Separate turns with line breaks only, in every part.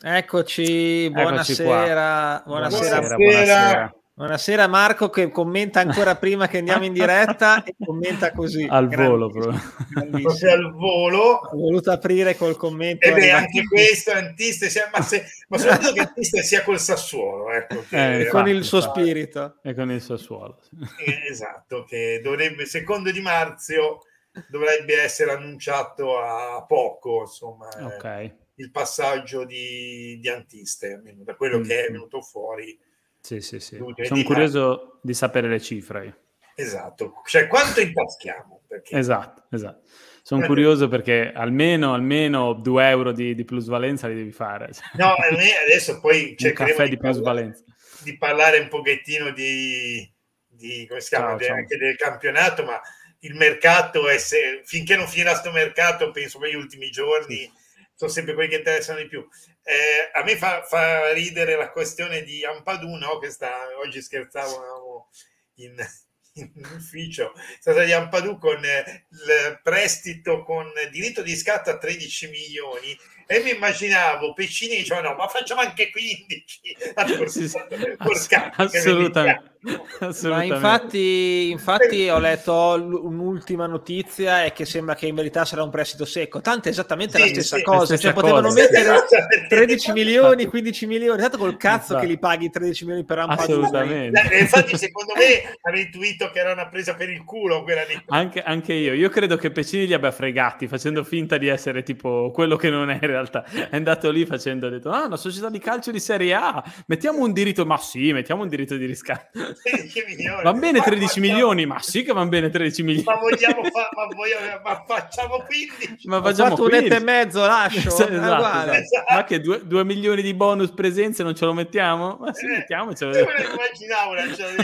Eccoci, buonasera.
Buonasera.
Buonasera Marco, che commenta ancora prima che andiamo in diretta e commenta così.
Al volo,
proprio al volo.
Ho voluto aprire col commento.
E beh, anche questo è Antista, ma soprattutto che Antista sia col Sassuolo, ecco,
con il suo spirito.
E con il Sassuolo.
Esatto, che dovrebbe, secondo Di Marzio, dovrebbe essere annunciato a poco, insomma, il passaggio di Antista, almeno da quello che è venuto fuori.
Sì. Sono curioso di sapere le cifre.
Esatto, cioè quanto intaschiamo. Perché...
Esatto. Sono curioso perché almeno 2 euro di plusvalenza li devi fare.
No, adesso poi
cercheremo di plusvalenza.
Di parlare un pochettino di come si chiama, anche del campionato, ma il mercato è finché non finirà sto mercato, penso per gli ultimi giorni, sono sempre quelli che interessano di più. A me fa ridere la questione di Ampadu, no? Che oggi scherzavamo in ufficio, è stata di Ampadu con il prestito con diritto di scatto a 13 milioni e mi immaginavo Peccini diceva no, ma facciamo anche 15.
Assolutamente.
Ma infatti ho letto un'ultima notizia, è che sembra che in verità sarà un prestito secco, tanto è esattamente la stessa cosa, cioè potevano mettere 13 milioni, 15 milioni, tanto col cazzo che li paghi 13 milioni per Ampadu.
Assolutamente.
Infatti secondo me avevi intuito che era una presa per il culo quella di...
Anche io credo che Peccini li abbia fregati facendo finta di essere tipo quello che non è in realtà, è andato lì ha detto una società di calcio di Serie A, mettiamo un diritto di riscatto. Va bene 13 milioni, ma sì che van bene 13 milioni.
Ma facciamo 15.
Ma facciamo 15. Un e mezzo, lascio.
Esatto. Ma che 2 milioni di bonus presenze non ce lo mettiamo? Ma sì, mettiamocelo.
Io me lo immaginavo.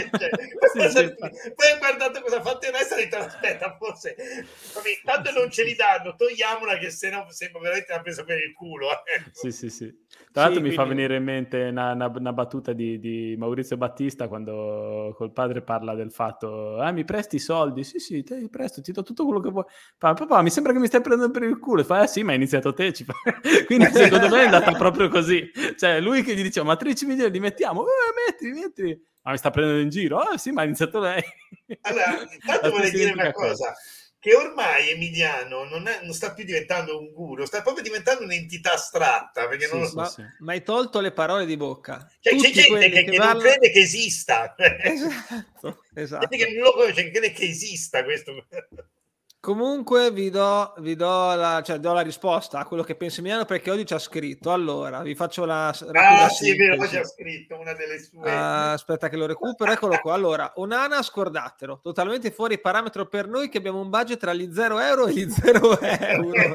Poi ho guardato cosa ha fatto il resto e ho detto aspetta, forse tanto non ce li danno, togliamola che se no sembra veramente una presa per il culo.
Sì. Tra l'altro mi fa venire in mente una battuta di Maurizio Battista quando col padre parla del fatto mi presti i soldi? Sì, te li presto, ti do tutto quello che vuoi. Papà, mi sembra che mi stai prendendo per il culo. E fa, sì, ma hai iniziato te. Quindi secondo me è andata proprio così. Cioè lui che gli diceva, ma 13 milioni li mettiamo? Metti. Ma mi sta prendendo in giro? Sì, ma ha iniziato lei.
Allora, intanto vorrei dire una cosa. Che ormai Emiliano non sta più diventando un guru, sta proprio diventando un'entità astratta. Perché
ma hai tolto le parole di bocca.
Cioè, c'è gente che non crede che esista.
Esatto.
Gente che non lo conosce, che crede che esista questo.
Comunque vi do la risposta a quello che pensa Emiliano, perché oggi ci ha scritto. Allora, vi faccio la rapida
sì, è vero, oggi ha scritto una delle sue.
Aspetta che lo recupero, eccolo qua. Allora, Onana, scordatelo, totalmente fuori parametro per noi che abbiamo un budget tra gli 0 euro e gli 0 euro.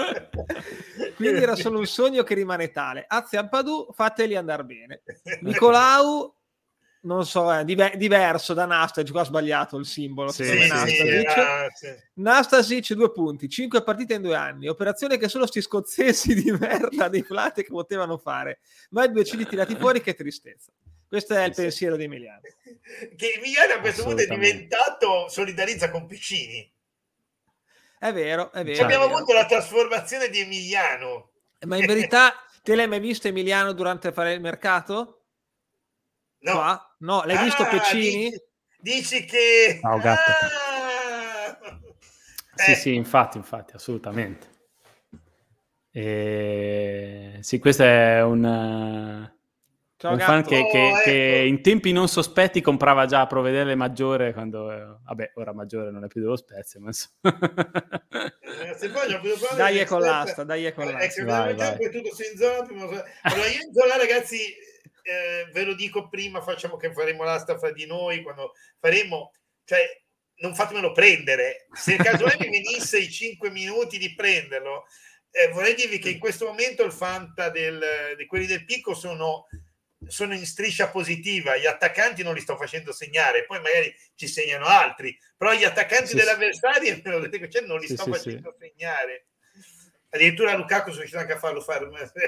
Quindi era solo un sogno che rimane tale. Azzi Ampadu, fateli andare bene. Nicolau, non so, è diverso da Nastasic, qua ho sbagliato il simbolo. Nastasic 2 punti, 5 partite in 2 anni, operazione che solo sti scozzesi di merda dei Plate che potevano fare, ma i 2 cili tirati fuori, che tristezza. Questo è il pensiero di Emiliano.
Che Emiliano a questo punto è diventato solidarizza con Piccini.
È vero.
Abbiamo avuto la trasformazione di Emiliano.
Ma in verità, te l'hai mai visto Emiliano durante fare il mercato?
No.
Qua? No, l'hai visto Peccini?
Dici che...
Ciao gatto. Sì, infatti, assolutamente. Sì, questo è un fan che in tempi non sospetti comprava già a Provedere Maggiore quando... vabbè, ora Maggiore non è più dello Spezia, ma insomma...
Dai con l'asta.
Vai. Allora, io in zona, ragazzi... ve lo dico prima, facciamo che faremo l'asta fra di noi quando faremo, cioè non fatemelo prendere, se casualmente venisse i 5 minuti di prenderlo, vorrei dirvi che in questo momento il Fanta di quelli del Picco sono in striscia positiva, gli attaccanti non li sto facendo segnare, poi magari ci segnano altri, però gli attaccanti dell'avversario non li sto facendo segnare, addirittura Lukaku sono riuscito anche a farlo fare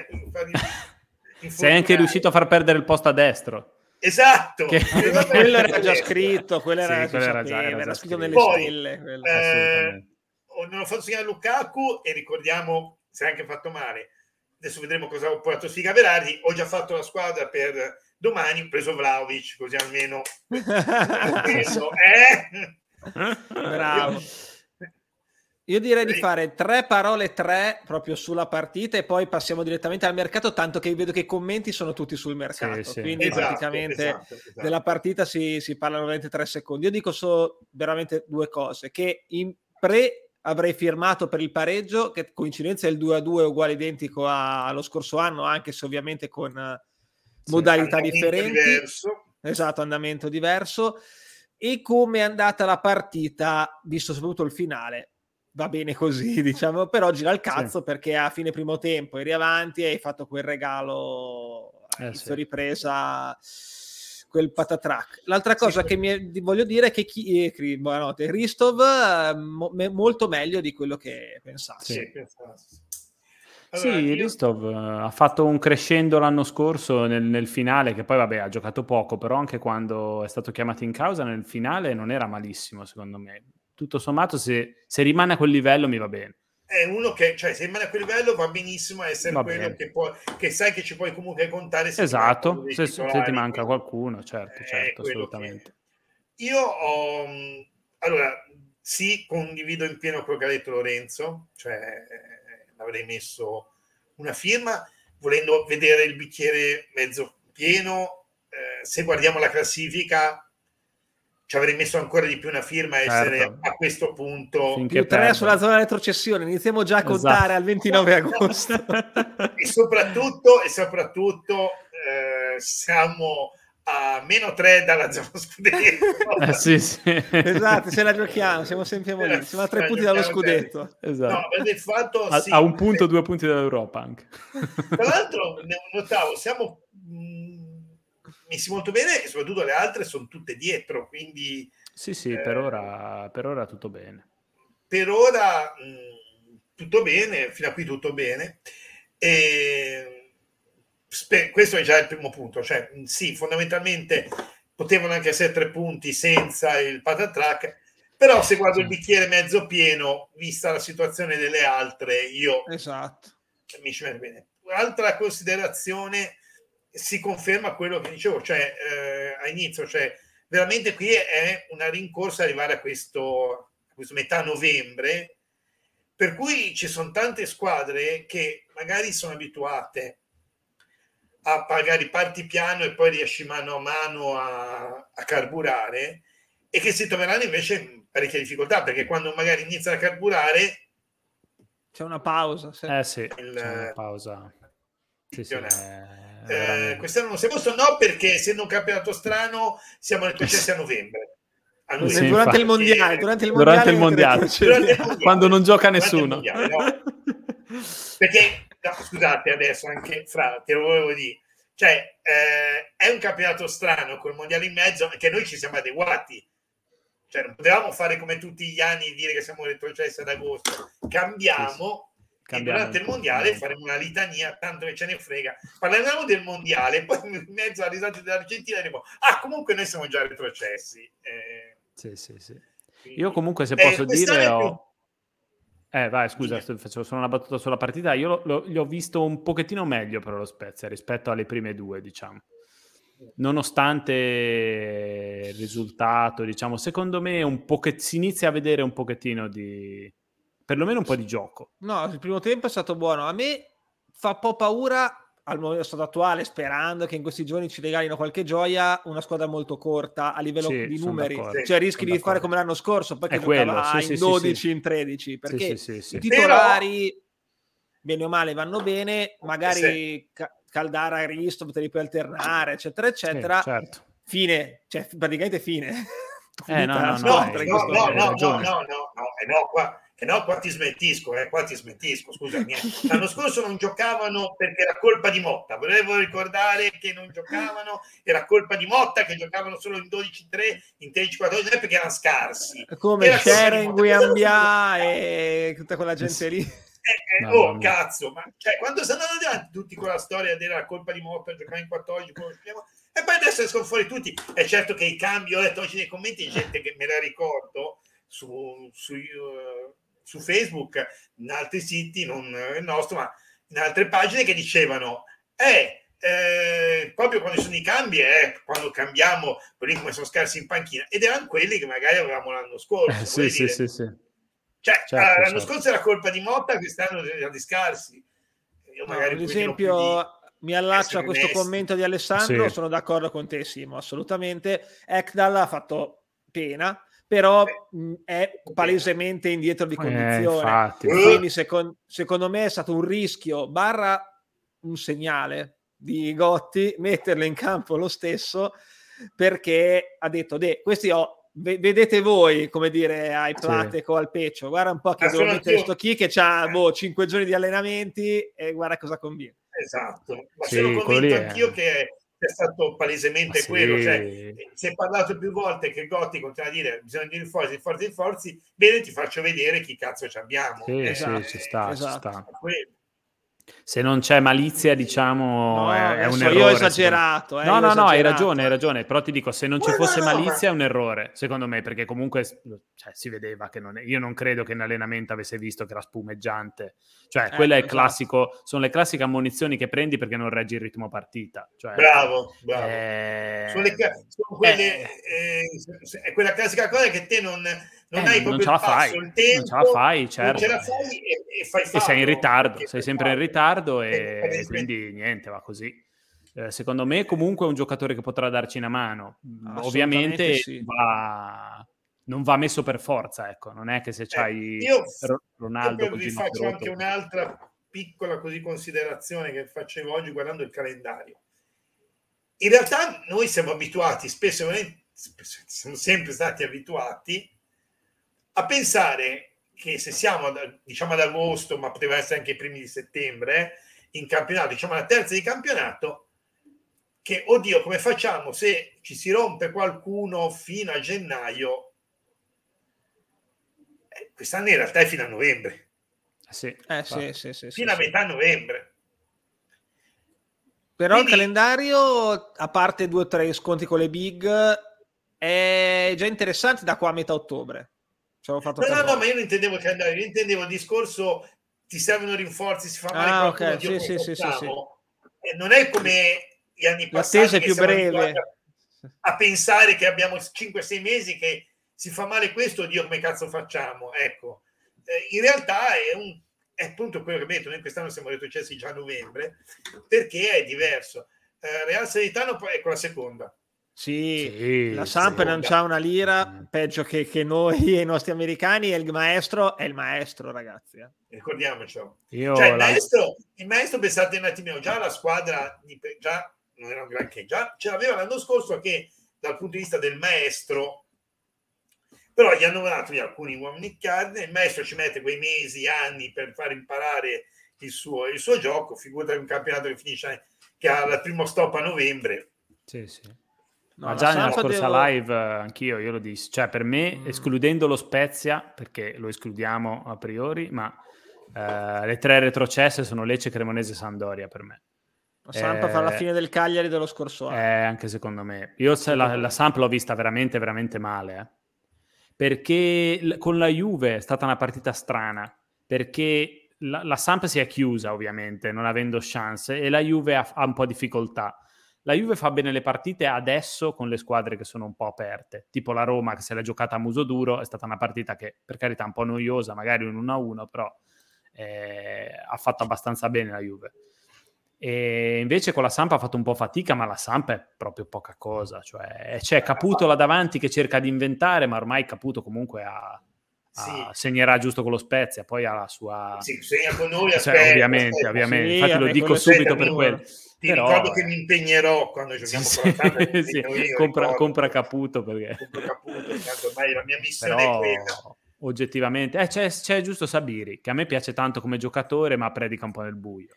sei anche riuscito a far perdere il posto a destro.
Esatto,
quello era già scritto, era scritto nelle stelle.
Non ho fatto segnare Lukaku e ricordiamo, si è anche fatto male, adesso vedremo cosa ho portato Sfiga Berardi. Ho già fatto la squadra per domani, ho preso Vlahovic, così almeno quello,
bravo. Io direi di fare 3 parole proprio sulla partita e poi passiamo direttamente al mercato, tanto che vedo che i commenti sono tutti sul mercato,
sì.
quindi praticamente esatto. Della partita si parlano veramente 3 secondi. Io dico solo veramente 2 cose, che in pre avrei firmato per il pareggio, che coincidenza è il 2-2 uguale identico allo scorso anno, anche se ovviamente con modalità differenti.
Diverso.
Esatto, andamento diverso. E come è andata la partita, visto soprattutto il finale, va bene così, diciamo, però gira il cazzo perché a fine primo tempo eri avanti e hai fatto quel regalo a inizio ripresa, quel patatrack. L'altra cosa che voglio dire è che buonanotte, Hristov molto meglio di quello che pensassi.
Allora, Hristov ha fatto un crescendo l'anno scorso nel finale, che poi vabbè ha giocato poco, però anche quando è stato chiamato in causa nel finale non era malissimo secondo me. Tutto sommato se rimane a quel livello mi va bene.
È uno che, cioè, se rimane a quel livello va benissimo a essere quello che sai che ci puoi comunque contare se
esatto, se ti manca qualcuno, certo, assolutamente.
Io allora sì, condivido in pieno quello che ha detto Lorenzo, cioè avrei messo una firma volendo vedere il bicchiere mezzo pieno. Se guardiamo la classifica ci avrei messo ancora di più una firma, essere a questo punto
finché più 3 sulla zona retrocessione, iniziamo già a contare al 29 agosto.
E soprattutto siamo a -3 dalla zona scudetto.
Sì.
Esatto, ce la giochiamo, siamo sempre lì, siamo a 3 punti dallo scudetto.
Esatto.
No, del fatto,
a un punto, 2 punti dall'Europa anche.
Tra l'altro notavo, siamo messi molto bene e soprattutto le altre sono tutte dietro, quindi
sì, per ora tutto bene.
Per ora tutto bene, fino a qui tutto bene. E questo è già il primo punto, cioè sì, fondamentalmente potevano anche essere 3 punti senza il patatrack, però se guardo il bicchiere mezzo pieno, vista la situazione delle altre, io mi ci metto bene. Altra considerazione, si conferma quello che dicevo, cioè a inizio, cioè veramente qui è una rincorsa arrivare a questo metà novembre, per cui ci sono tante squadre che magari sono abituate a pagare parti piano e poi riesci mano a mano a carburare, e che si troveranno invece in parecchie difficoltà, perché quando magari iniziano a carburare
c'è una pausa.
C'è una pausa.
Quest'anno non si posso, no, perché essendo un campionato strano siamo retrocessi a novembre.
Durante il mondiale,
quando non gioca nessuno.
Mondiale, no? Perché scusate, adesso anche Fra, te lo volevo dire, cioè è un campionato strano col mondiale in mezzo, che noi ci siamo adeguati, cioè non potevamo fare come tutti gli anni, dire che siamo retrocessi ad agosto. Cambiamo e durante il mondiale faremo una litania, tanto che ce ne frega, parleremo del mondiale, poi in mezzo alla risata dell'Argentina diremo comunque noi siamo già retrocessi.
Sì. Io comunque, se posso dire, vai, scusa, facevo solo una battuta sulla partita. Io li ho visto un pochettino meglio però lo Spezia rispetto alle prime 2, diciamo. Nonostante il risultato, diciamo, secondo me si inizia a vedere un pochettino perlomeno un po' di gioco.
No, il primo tempo è stato buono. A me fa un po' paura al stato attuale, sperando che in questi giorni ci regalino qualche gioia, una squadra molto corta a livello di numeri, cioè rischi di fare come l'anno scorso, poi che giocava in 12, in 13, perché i titolari bene o male vanno bene, magari Caldara e Hristov te li puoi alternare, eccetera eccetera. Fine, cioè praticamente fine.
Qua ti smentisco, scusami. L'anno scorso non giocavano perché era colpa di Motta, volevo ricordare che non giocavano, era colpa di Motta, che giocavano solo in 12-3, in 13-14, perché erano scarsi.
Come Sheren, Guiambia e tutta quella gente lì.
Cazzo, ma cioè, quando stanno andando avanti tutti con la storia della colpa di Motta, giocare in 14, e poi adesso escono fuori tutti. È certo che i cambi, ho letto oggi nei commenti gente che me la ricordo su Facebook, in altri siti, non il nostro, ma in altre pagine che dicevano proprio quando sono i cambi quando cambiamo quelli come sono scarsi in panchina, ed erano quelli che magari avevamo l'anno scorso.
Sì.
Cioè,
certo,
l'anno scorso era colpa di Motta, quest'anno erano di scarsi. Io magari
ad esempio mi allaccio a questo commento di Alessandro, sono d'accordo con te Simo, assolutamente. Ekdal ha fatto pena, però è palesemente indietro di condizione,
infatti.
Quindi secondo me è stato un rischio / un segnale di Gotti metterlo in campo lo stesso, perché ha detto questi vedete voi, come dire, ai Platec o al Peccio, guarda un po' che devo mettere sto chi che c'ha 5 giorni di allenamenti e guarda cosa combina.
Esatto, ma sono convinto anch'io che è stato palesemente quello. Cioè, si è parlato più volte che Gotti continua a dire bisogna di rinforzi, bene, ti faccio vedere chi cazzo ci abbiamo.
Ci sta. Se non c'è malizia, diciamo, è un errore.
Io ho esagerato.
No, hai ragione. Però ti dico, se non ci fosse malizia è un errore, secondo me, perché comunque si vedeva che io non credo che in allenamento avesse visto che era spumeggiante. Cioè, quella è il classico, sono le classiche ammonizioni che prendi perché non reggi il ritmo partita. Cioè,
bravo. Sono quelle, è quella classica cosa che te non hai proprio il passo, il tempo,
non ce la fai, certo.
Non ce la fai e fai fallo.
E sei in ritardo, sei sempre in ritardo e quindi niente, va così. Secondo me comunque è un giocatore che potrà darci una mano. Ovviamente non va messo per forza, ecco. Non è che se c'hai Ronaldo...
Io vi faccio anche un'altra piccola considerazione che facevo oggi guardando il calendario. In realtà noi siamo abituati, siamo sempre stati abituati a pensare che se siamo diciamo ad agosto, ma poteva essere anche i primi di settembre, in campionato, diciamo alla terza di campionato, che oddio come facciamo se ci si rompe qualcuno fino a gennaio? Quest'anno in realtà è fino a novembre. Fino a metà novembre.
Però il calendario, a parte 2 o 3 sconti con le big, è già interessante da qua a metà ottobre.
No, ma io non intendevo il calendario, io intendevo il discorso ti servono rinforzi, si fa male qualcuno, sì. Non è come gli anni passati,
l'attesa è più breve,
a pensare che abbiamo 5-6 mesi che si fa male questo, oddio come cazzo facciamo, ecco. In realtà è appunto quello che ho detto, noi quest'anno siamo retrocessi già a novembre, perché è diverso. Real Salernitano poi è con la seconda.
La Samp non c'ha una lira, peggio che noi e i nostri americani, e il maestro, ragazzi.
Ricordiamocelo. Il maestro, pensate un attimino, già la squadra già non era un granché, già ce l'aveva l'anno scorso, che dal punto di vista del maestro, però gli hanno dato via alcuni uomini cardine, il maestro ci mette quei mesi, anni per far imparare il suo gioco, figurati un campionato che finisce, che ha il primo stop a novembre.
Ma già nella scorsa live anch'io lo dissi, cioè per me escludendo lo Spezia, perché lo escludiamo a priori, ma le 3 retrocesse sono Lecce, Cremonese e Sampdoria per me.
La Samp fa la fine del Cagliari dello scorso anno.
Anche secondo me. Io la Samp l'ho vista veramente, veramente male. Perché con la Juve è stata una partita strana. Perché la Samp si è chiusa, ovviamente, non avendo chance, e la Juve ha un po' difficoltà. La Juve fa bene le partite adesso con le squadre che sono un po' aperte. Tipo la Roma, che se l'è giocata a muso duro, è stata una partita che, per carità, un po' noiosa, magari un 1-1, però ha fatto abbastanza bene la Juve. E invece con la Samp ha fatto un po' fatica, ma la Samp è proprio poca cosa. Cioè, c'è Caputo là davanti che cerca di inventare, ma ormai Caputo comunque segnerà giusto con lo Spezia, poi ha la sua...
segna con noi,
ovviamente. Infatti lo dico subito per quello.
Ti ricordo che mi impegnerò quando giochiamo con la Samp.
Compra Caputo, perché...
Tanto ormai la mia missione è quella.
Oggettivamente c'è giusto Sabiri, che a me piace tanto come giocatore, ma predica un po' nel buio.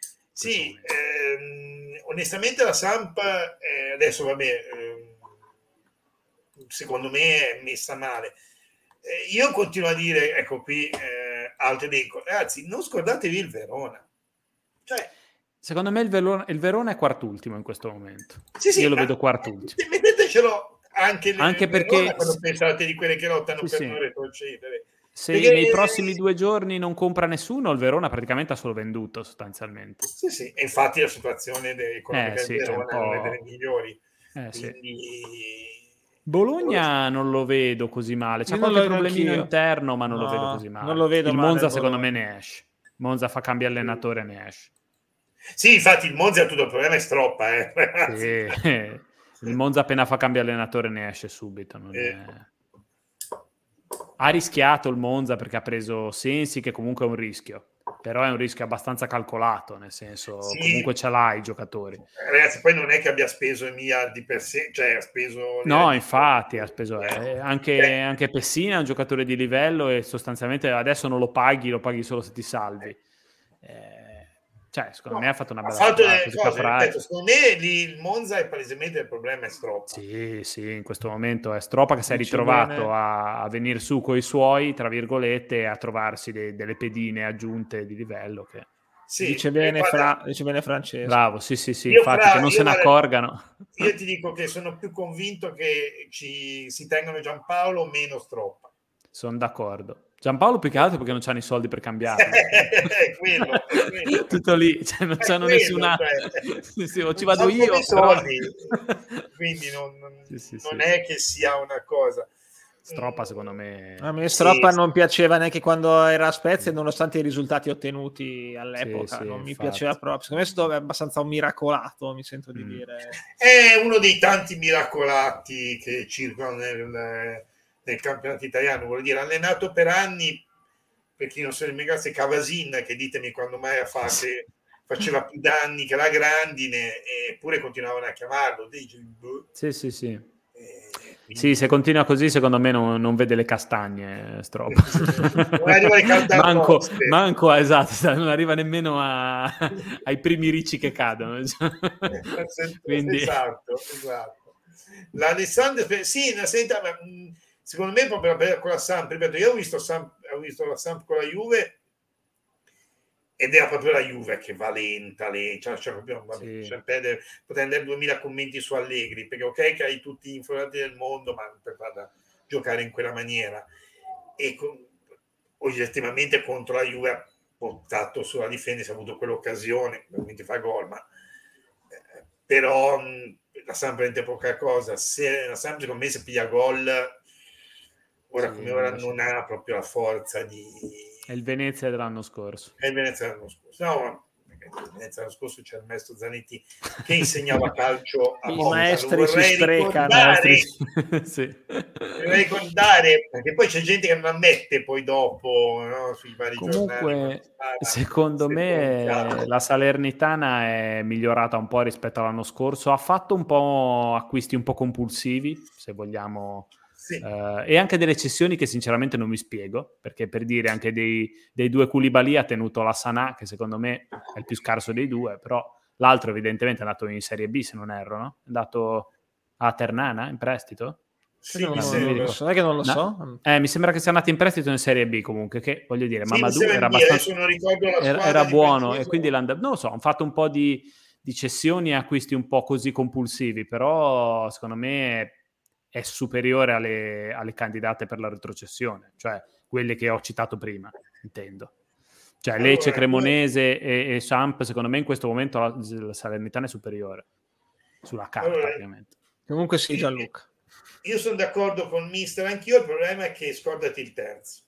Onestamente la Samp adesso secondo me è messa male. Io continuo a dire, ecco qui altro dico, ragazzi, non scordatevi il Verona. Cioè,
secondo me il Verona è quart'ultimo in questo momento. Io lo vedo quart'ultimo.
Mettetecelo anche
perché
quando pensate di quelle che lottano per non retrocedere.
Se nei prossimi 2 giorni non compra nessuno, il Verona praticamente ha solo venduto sostanzialmente.
Sì, e infatti la situazione economica del Verona è una delle migliori.
Bologna non lo vedo così male, c'ha qualche problemino interno, ma non lo vedo così male.
Non lo vedo
il Monza secondo me ne esce. Monza fa cambio allenatore, ne esce.
Sì, infatti il Monza ha tutto il problema, è Stroppa.
Sì. Il Monza appena fa cambio allenatore ne esce subito. Ha rischiato il Monza perché ha preso Sensi, che comunque è un rischio. Però è un rischio abbastanza calcolato, nel senso comunque ce l'ha i giocatori.
Ragazzi, poi non è che abbia speso i miliardi per sé, cioè ha speso...
No, infatti ha speso anche Pessina è un giocatore di livello e sostanzialmente adesso non lo paghi solo se ti salvi. Cioè, secondo me ha fatto una bella
cose, secondo me lì il Monza è palesemente il problema è Stroppa.
Sì, in questo momento è Stroppa che si è ritrovato a venire su coi suoi, tra virgolette, e a trovarsi delle pedine aggiunte di livello che...
dice bene Francesco.
Bravo, sì, infatti che non se ne accorgano.
Io ti dico che sono più convinto che si tengano Giampaolo meno Stroppa.
Sono d'accordo. Giampaolo più che altro perché non c'hanno i soldi per cambiarlo.
È quello.
Tutto lì, cioè non c'hanno nessuna...
Cioè,
ci vado io.
Soldi. Quindi non è che sia una cosa...
Stroppa secondo me...
A me Stroppa non piaceva neanche quando era a Spezia, nonostante i risultati ottenuti all'epoca. Non mi piaceva proprio. Secondo me è stato abbastanza un miracolato, mi sento di dire.
È uno dei tanti miracolati che circolano nel campionato italiano, vuol dire allenato per anni, per chi non sa nemmeno se Cavasin, che ditemi quando mai faceva più danni che la Grandine, eppure continuavano a chiamarlo.
Sì. Sì, se continua così secondo me non vede le castagne Stroppa. manco esatto, non arriva nemmeno ai primi ricci che cadono.
Quindi... esatto. L'Alessandro secondo me proprio con la Samp, ripeto, io ho visto la Samp con la Juve ed era proprio la Juve che va lenta, potete andare 2000 commenti su Allegri, perché ok che hai tutti gli informati del mondo, ma per farla giocare in quella maniera, e oggettivamente contro la Juve ha portato sulla difesa, ha avuto quell'occasione, ovviamente fa gol, ma però la Samp è poca cosa. Se la Samp secondo me se piglia gol ora come ora non ha proprio la forza di...
È il Venezia dell'anno scorso.
No, il Venezia l'anno scorso c'era il maestro Zanetti che insegnava calcio a
i maestri si sprecano.
Vorrei ricordare, perché poi c'è gente che non ammette poi dopo, no, sui vari giornali.
Secondo me la Salernitana è migliorata un po' rispetto all'anno scorso, ha fatto un po' acquisti un po' compulsivi, se vogliamo... e anche delle cessioni che sinceramente non mi spiego, perché per dire anche dei due Koulibaly ha tenuto la Sanà, che secondo me è il più scarso dei due, però l'altro evidentemente è andato in Serie B se non erro, no? È andato a Ternana in prestito?
Mi sembra
che sia andato in prestito in Serie B comunque, che voglio dire Mamadou era abbastanza era buono e quindi non lo so, hanno fatto un po' di cessioni e acquisti un po' così compulsivi, però secondo me è superiore alle candidate per la retrocessione, cioè quelle che ho citato prima, intendo. Cioè Lecce, Cremonese e Samp, secondo me in questo momento la Salernitana è superiore, sulla carta ovviamente.
Comunque sì, Gianluca.
Io sono d'accordo con mister, anch'io, il problema è che scordati il terzo.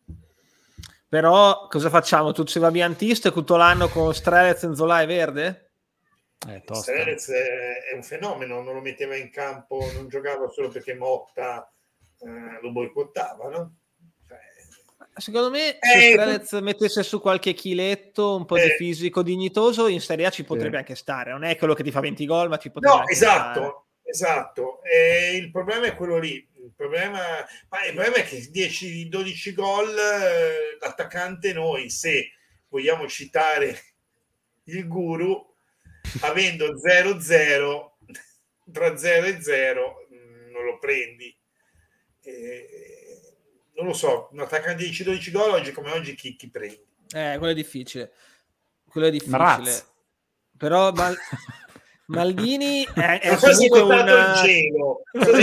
Però cosa facciamo? Tu sei vabiantista tutto l'anno con Strelez, Nzola e Verde?
Strelez è un fenomeno, non lo metteva in campo, non giocava solo perché Motta lo boicottava, no?
Secondo me se Strelez mettesse su qualche chiletto, un po' di fisico dignitoso, in Serie A ci potrebbe anche stare, non è quello che ti fa 20 gol, ma ci potrebbe anche stare.
Esatto. Il problema è quello lì. Il problema è che 10-12 gol l'attaccante, noi, se vogliamo citare il guru, avendo 0-0 tra 0 e 0 non lo prendi. Non lo so, un attaccante di 10-12 gol oggi come oggi chi prendi?
Quello è difficile. Però Maldini è
non so se è
comunque
il gelo,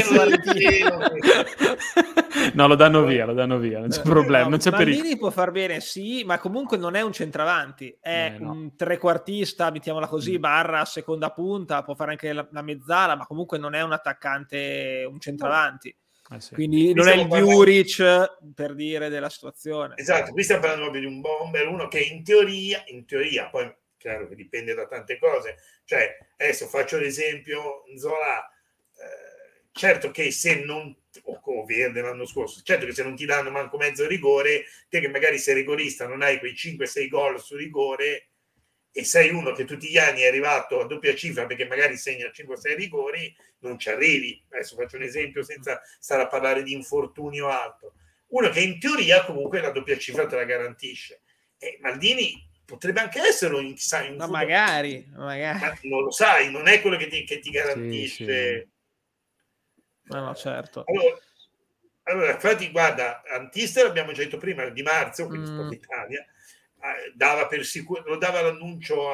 no, lo danno via, non c'è problema, non c'è
Maldini
pericolo.
può far bene, sì, ma comunque non è un centravanti, è un trequartista, mettiamola così, barra seconda punta, può fare anche la mezzala, ma comunque non è un attaccante, un centravanti.
Sì.
Quindi non è il Djuric, per dire, della situazione.
Esatto, qui stiamo parlando proprio di un bomber, uno che in teoria, poi chiaro che dipende da tante cose, cioè adesso faccio l'esempio Zola, certo che se non, o Verde l'anno scorso, certo che se non ti danno manco mezzo rigore, te che magari sei rigorista non hai quei 5-6 gol su rigore e sei uno che tutti gli anni è arrivato a doppia cifra perché magari segna 5-6 rigori, non ci arrivi. Adesso faccio un esempio senza stare a parlare di infortunio alto. Uno che in teoria comunque la doppia cifra te la garantisce. E Maldini potrebbe anche essere in
no, magari.
Ma non lo sai, non è quello che ti garantisce.
Sì. No, certo.
Allora, infatti, guarda, Antista l'abbiamo già detto prima, Di Marzio, quindi Sport Italia, dava per sicuro, lo dava l'annuncio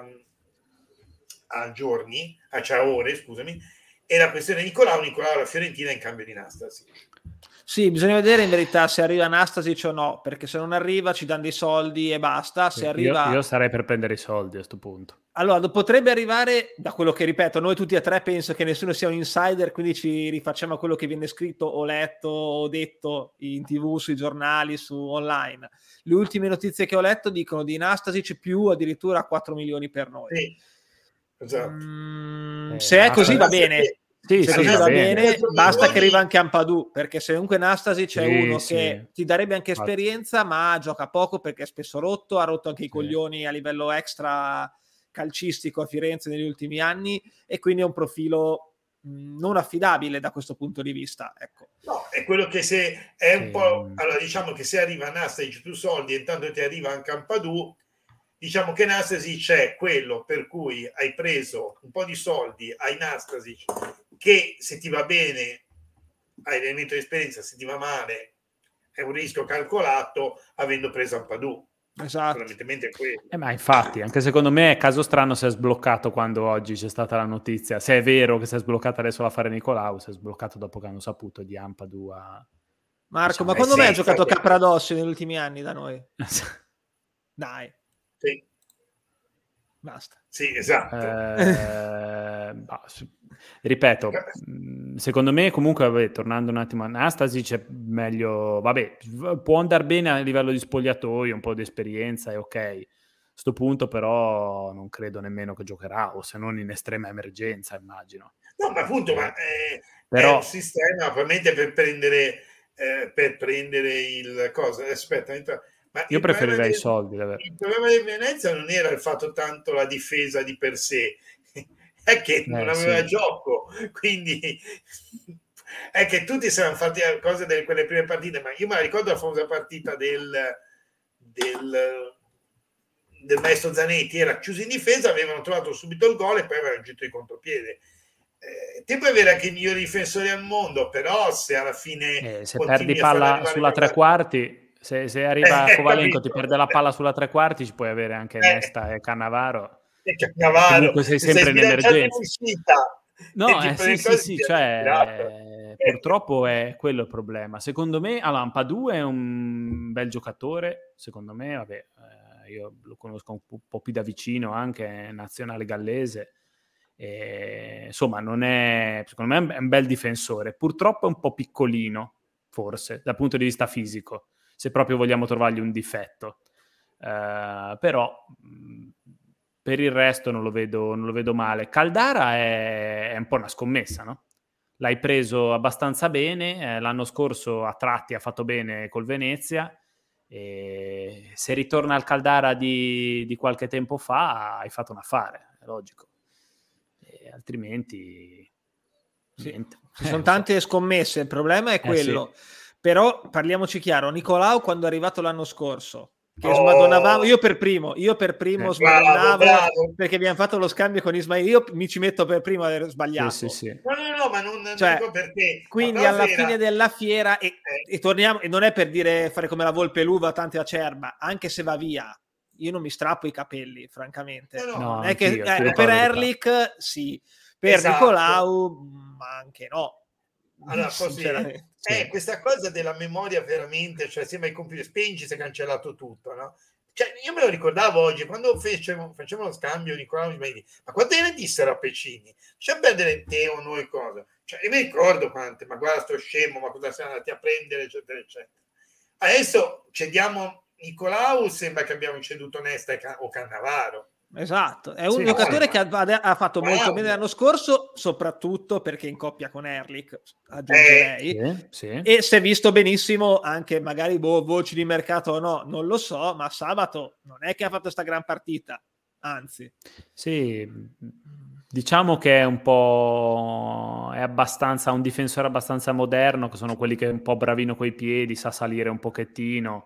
a giorni, a ore, scusami, e la questione di Nicolau alla Fiorentina in cambio di Nastasi.
Sì, bisogna vedere in verità se arriva Nastasic o no, perché se non arriva ci danno dei soldi e basta. Se arriva...
io sarei per prendere i soldi a questo punto.
Allora, potrebbe arrivare, da quello che ripeto, noi tutti e tre penso che nessuno sia un insider, quindi ci rifacciamo a quello che viene scritto o letto o detto in TV, sui giornali, su online. Le ultime notizie che ho letto dicono di Nastasic più addirittura 4 milioni per noi.
Sì, esatto.
Se è così va bene.
Sì,
va bene, basta che arriva anche Ampadu, perché se comunque Nastasic è uno che ti darebbe anche esperienza, ma gioca poco perché è spesso rotto, ha rotto anche i coglioni a livello extra calcistico a Firenze negli ultimi anni e quindi è un profilo non affidabile da questo punto di vista, ecco.
No, è quello che se è un po', allora diciamo che se arriva Nastasic tu soldi e intanto ti arriva anche Ampadu, diciamo che Nastasic è quello per cui hai preso un po' di soldi, hai Nastasic che se ti va bene hai l'elemento di esperienza, se ti va male è un rischio calcolato avendo preso Ampadu.
Esatto.
Ma infatti, anche secondo me è caso strano se è sbloccato quando oggi c'è stata la notizia. Se è vero che si è sbloccato adesso l'affare Nicolau, si è sbloccato dopo che hanno saputo di Ampadu a...
Marco, ma quando mai ha giocato Capradossi negli ultimi anni da noi? Dai.
Sì.
Basta.
Sì, esatto.
Ripeto, secondo me comunque, tornando un attimo a Nastasic, è meglio, può andare bene a livello di spogliatoio, un po' di esperienza, è ok. A sto punto però non credo nemmeno che giocherà, o se non in estrema emergenza, immagino.
No, ma appunto, però... è un sistema probabilmente per prendere il cosa. Aspetta,
ma io preferirei i soldi.
Il problema di Venezia non era il fatto tanto la difesa di per sé, è che non aveva gioco, quindi è che tutti si erano fatti cose delle quelle prime partite, ma io me la ricordo la famosa partita del maestro Zanetti, era chiuso in difesa, avevano trovato subito il gol e poi avevano agito di contropiede. Te puoi avere anche i migliori difensori al mondo, però se alla fine
se perdi palla sulla tre quarti, se arriva Kovalenko ti perde la palla sulla tre quarti, ci puoi avere anche Nesta e Cannavaro. Comunque sei sempre in emergenza. No, sì, cioè purtroppo è quello il problema. Secondo me Ampadu è un bel giocatore, secondo me, io lo conosco un po' più da vicino, anche nazionale gallese. Insomma, non è, secondo me è un bel difensore. Purtroppo è un po' piccolino, forse, dal punto di vista fisico, se proprio vogliamo trovargli un difetto. Però per il resto non lo vedo male. Caldara è un po' una scommessa, no? L'hai preso abbastanza bene, l'anno scorso a tratti ha fatto bene col Venezia, e se ritorna al Caldara di qualche tempo fa hai fatto un affare, è logico. Altrimenti niente.
Ci sono tante scommesse, il problema è quello. Però parliamoci chiaro, Nicolau quando è arrivato l'anno scorso che smadonnavamo, io per primo smadonnavo perché abbiamo fatto lo scambio con Ismail, io mi ci metto per primo ad aver sbagliato.
No, ma non dico perché.
Quindi alla fine della fiera e torniamo, e non è per dire fare come la volpe l'uva tante acerba, anche se va via io non mi strappo i capelli, francamente.
No,
è che per Erlich sì, per Nicolau ma anche no.
Allora, questa cosa della memoria veramente, cioè sembra il computer, spengi, si è cancellato tutto, no? Cioè, io me lo ricordavo oggi, quando facevamo lo scambio, Nicolau mi dice, ma quante ne dissero a Pecini? C'è perdere Teo, noi cosa? Cioè, io mi ricordo quante, ma guarda sto scemo, ma cosa siamo andati a prendere, eccetera, eccetera. Adesso cediamo Nicolau, sembra che abbiamo ceduto Nesta o Cannavaro.
Esatto, è un giocatore che ha fatto molto bene l'anno scorso, soprattutto perché in coppia con Erlich, aggiungerei, e si è visto benissimo anche magari voci di mercato o no, non lo so, ma sabato non è che ha fatto questa gran partita, anzi.
Sì, diciamo che è un po' abbastanza un difensore abbastanza moderno, che sono quelli che è un po' bravino coi piedi, sa salire un pochettino.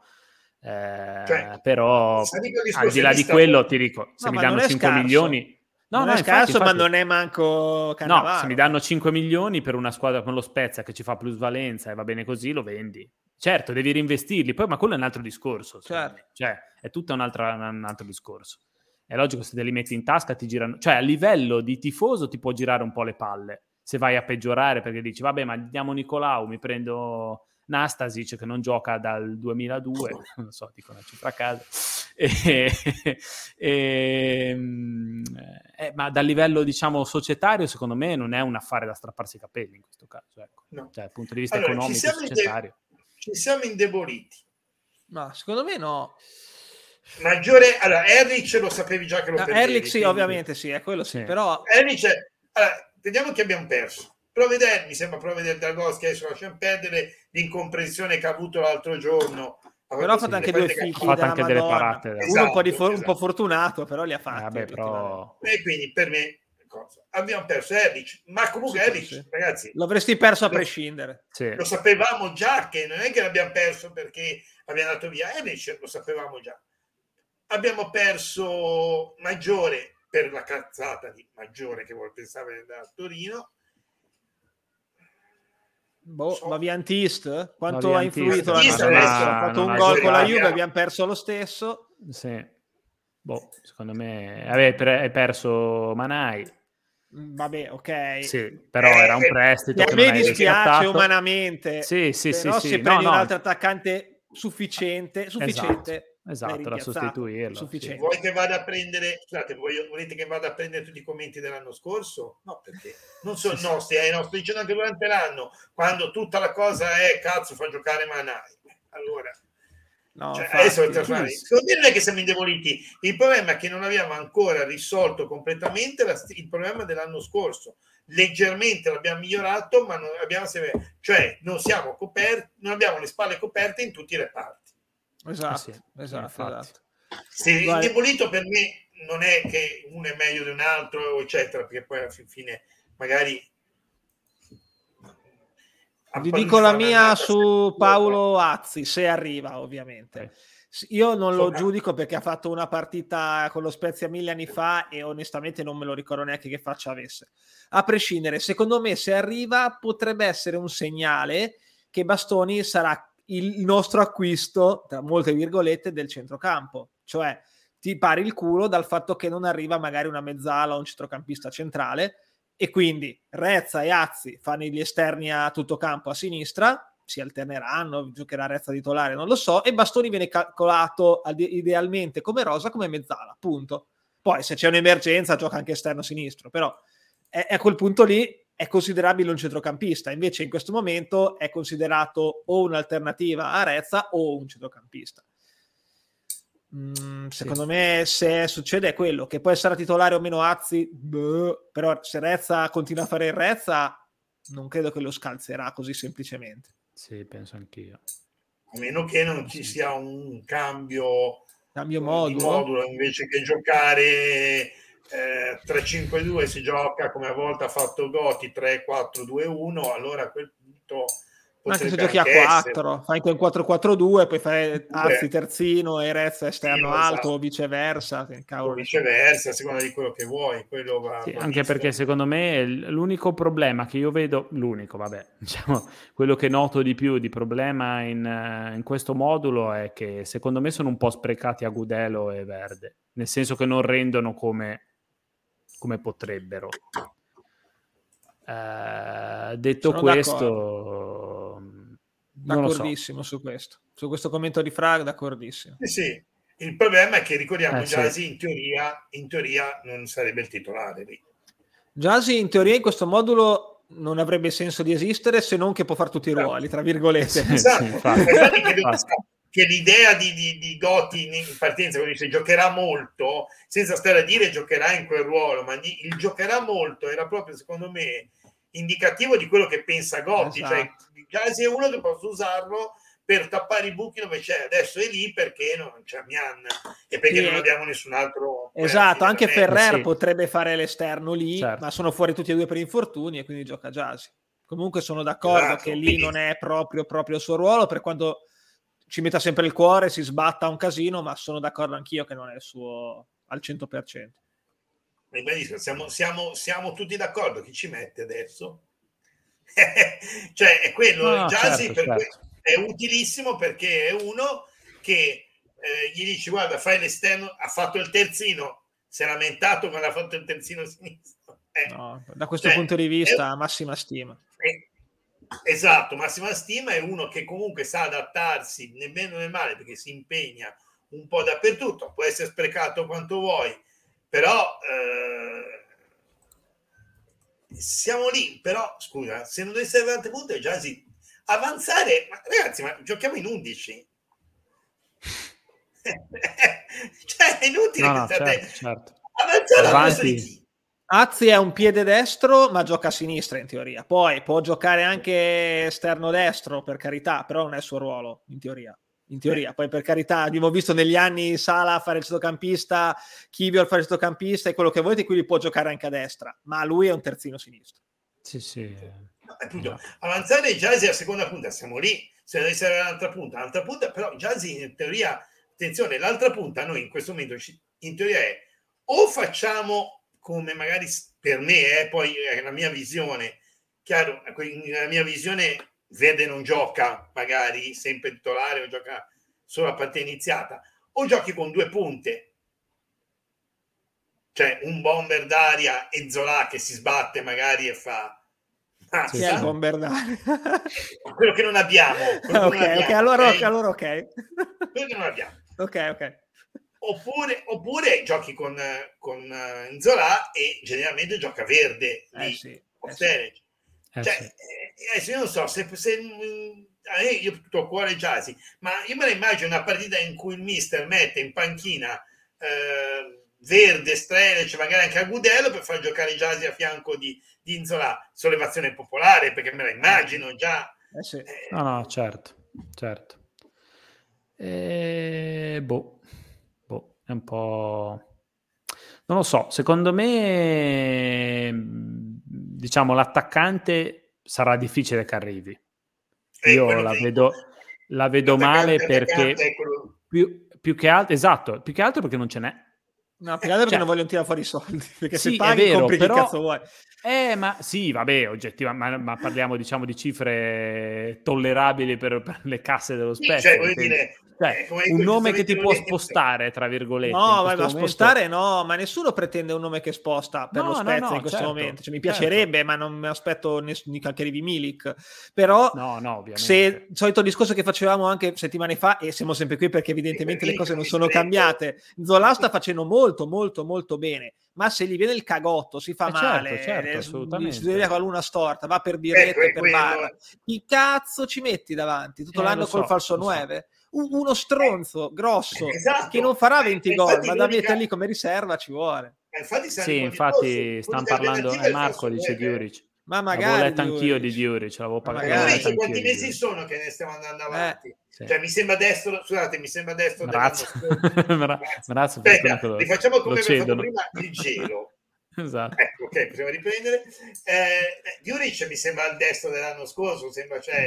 Però al di là di quello ti dico, se mi danno 5 milioni
non è scarso, ma non è manco Cannavaro.
No, se mi danno 5 milioni per una squadra con lo Spezia che ci fa plusvalenza e va bene così, lo vendi. Certo, devi reinvestirli, poi ma quello è un altro discorso,
certo.
Cioè è tutto un altro discorso. È logico, se te li metti in tasca ti girano, cioè a livello di tifoso ti può girare un po' le palle se vai a peggiorare, perché dici vabbè, ma diamo Nicolau, mi prendo Nastasic che non gioca dal 2002, non so, dico una cifra a caso, ma dal livello diciamo societario secondo me non è un affare da strapparsi i capelli in questo caso, ecco.
No.
Cioè, dal punto di vista economico e societario
ci siamo indeboliti,
ma secondo me no.
Maggiore, allora Erlich lo sapevi già che lo perdevi,
Erlich sì, quindi... ovviamente sì, è quello sì. Però
Erlich allora, vediamo che abbiamo perso. Mi sembra prova a vedere Dragoschi, adesso lasciamo perdere l'incomprensione che ha avuto l'altro giorno.
Però ha fatto anche due fichi,
ha fatto anche delle parate.
Uno un po' fortunato, però li ha fatti.
E quindi per me abbiamo perso Erlich, ma comunque Erlich, ragazzi,
l'avresti perso a prescindere.
Lo sapevamo già, che non è che l'abbiamo perso perché abbiamo dato via Erlich, lo sapevamo già. Abbiamo perso Maggiore per la cazzata di Maggiore che pensava di andare a Torino.
Ma Viantist? Quanto ha influito l'anno scorso? Ha fatto un gol con la Juve, abbiamo perso lo stesso.
Sì. Secondo me hai perso Manai.
Vabbè, ok.
Sì, però era un prestito.
A me dispiace umanamente.
Sì.
Però se prendi un altro attaccante sufficiente.
Esatto, da sostituirlo.
Sufficiente.
Vuoi che vada a prendere, scusate, volete che vada a prendere tutti i commenti dell'anno scorso? No, perché non sono nostri, sto dicendo anche durante l'anno, quando tutta la cosa è cazzo, fa giocare Manai. Allora, adesso secondo me non è che siamo indeboliti, il problema è che non abbiamo ancora risolto completamente il problema dell'anno scorso. Leggermente l'abbiamo migliorato, ma non abbiamo, non siamo coperti, non abbiamo le spalle coperte in tutti i reparti.
Esatto.
Se indebolito per me non è che uno è meglio di un altro, eccetera, perché poi alla fine magari
vi dico la mia su Paolo Azzi, se arriva ovviamente. Io non lo giudico perché ha fatto una partita con lo Spezia 1000 anni fa e onestamente non me lo ricordo neanche che faccia avesse. A prescindere, secondo me se arriva potrebbe essere un segnale che Bastoni sarà il nostro acquisto, tra molte virgolette, del centrocampo. Cioè ti pari il culo dal fatto che non arriva magari una mezzala o un centrocampista centrale e quindi Rezza e Azzi fanno gli esterni a tutto campo a sinistra, si alterneranno, giocherà Rezza titolare, non lo so, e Bastoni viene calcolato idealmente come rosa, come mezzala, punto. Poi se c'è un'emergenza gioca anche esterno sinistro, però a quel punto lì è considerabile un centrocampista, invece in questo momento è considerato o un'alternativa a Rezza o un centrocampista. Secondo me se succede è quello, che poi sarà titolare o meno Azzi, però se Rezza continua a fare il Rezza non credo che lo scalzerà così semplicemente.
Sì, penso anch'io.
A meno che non ci sia un cambio
modulo,
invece che giocare 3-5-2 si gioca come a volte ha fatto Gotti 3-4-2-1, allora a quel punto
Anche se giochi a 4, fai anche un 4-4-2, poi fai Azzi terzino e Rez esterno alto, o viceversa.
O viceversa, a seconda di quello che vuoi. Quello va
anche perché secondo me l'unico problema che io vedo, diciamo, quello che noto di più di problema in questo modulo è che secondo me sono un po' sprecati Agudelo e Verde, nel senso che non rendono come potrebbero. Detto
sono
questo,
d'accordissimo su questo commento di Frag, d'accordissimo.
Sì. Il problema è che ricordiamo Gyasi in teoria non sarebbe il titolare lì.
Gyasi in teoria in questo modulo non avrebbe senso di esistere, se non che può fare tutti i ruoli, tra virgolette.
Che l'idea di Gotti in partenza, quando dice giocherà molto, senza stare a dire giocherà in quel ruolo, ma il giocherà molto era proprio, secondo me, indicativo di quello che pensa Gotti. Cioè Gyasi è uno che posso usarlo per tappare i buchi dove c'è, adesso è lì perché non c'è Mian e perché non abbiamo nessun altro.
Esatto, anche Ferrer potrebbe fare l'esterno lì, ma sono fuori tutti e due per infortuni e quindi gioca Gyasi. Comunque sono d'accordo che lì non è proprio il suo ruolo, per quanto ci metta sempre il cuore, si sbatta un casino, ma sono d'accordo anch'io che non è il suo al 100%.
Siamo tutti d'accordo, chi ci mette adesso? Cioè è quello, Gyasi è utilissimo perché è uno che gli dici guarda fai l'esterno, ha fatto il terzino, si è lamentato quando ha fatto il terzino sinistro.
No, da questo punto di vista massima stima.
Esatto, massima stima, è uno che comunque sa adattarsi né bene né male perché si impegna un po' dappertutto, può essere sprecato quanto vuoi, però siamo lì. Però scusa, se non dovesse avere tante punte già si avanzare, ma ragazzi, ma giochiamo in 11. Cioè è inutile
certo.
avanzare al posto di chi?
Azzi è un piede destro ma gioca a sinistra in teoria, poi può giocare anche esterno destro per carità, però non è il suo ruolo in teoria. Poi per carità abbiamo visto negli anni Sala fare il centrocampista, Kivior fare il centrocampista e quello che volete, quindi può giocare anche a destra, ma lui è un terzino sinistro.
No, avanzare Gyasi a seconda punta, siamo lì. Se deve essere un'altra punta, però Gyasi in teoria, attenzione, l'altra punta noi in questo momento in teoria è o facciamo come magari per me poi è la mia visione, chiaro, la mia visione Verde non gioca magari sempre titolare o gioca solo a partita iniziata, o giochi con due punte, cioè un bomber d'aria e Zola che si sbatte magari e fa
chi è il bomber d'aria?
quello che non abbiamo,
allora ok,
quello che non abbiamo,
ok.
Oppure giochi con Zola e generalmente gioca Verde lì, io non so se io ho tutto a cuore Gyasi, ma io me la immagino una partita in cui il mister mette in panchina Verde, Strelec, magari anche Agudelo per far giocare Gyasi a fianco di Zola, sollevazione popolare, perché me la immagino già.
No, certo. È un po', non lo so, secondo me diciamo l'attaccante sarà difficile che arrivi. Io la vedo male perché più che altro perché non ce n'è.
No, più che altro perché non vogliono tirare fuori i soldi, perché se paghi
è vero,
compri
però,
che cazzo vuoi.
Ma sì, vabbè, oggettivamente, ma parliamo diciamo di cifre tollerabili per le casse dello Spezia.
Cioè, vuol dire,
un nome che ti può spostare, tra virgolette.
No, ma spostare no, ma nessuno pretende un nome che sposta per lo Spezia in questo momento. Cioè, mi piacerebbe, ma non mi aspetto neanche che arrivi Milik. Però, se il solito discorso che facevamo anche settimane fa, e siamo sempre qui perché evidentemente le cose non sono cambiate, Zola sta facendo molto, molto, molto bene. Ma se gli viene il cagotto, si fa male,
assolutamente.
si vede con l'una storta, va per birrette, per bar. Chi cazzo ci metti davanti tutto l'anno col falso 9? Uno stronzo grosso che non farà 20 gol, ma da mettere lì come riserva ci vuole.
Infatti stanno parlando, Marco dice Diuric.
Ma magari
l'avevo letto anch'io di Diuric, l'avevo pagato.
Diuric, quanti mesi sono che ne stiamo andando avanti? Cioè mi sembra destro, scusate,
Razzo,
rifacciamo come abbiamo fatto prima il gelo.
Esatto.
Ecco, ok, possiamo riprendere. Diuric mi sembra il destro dell'anno scorso, sembra, cioè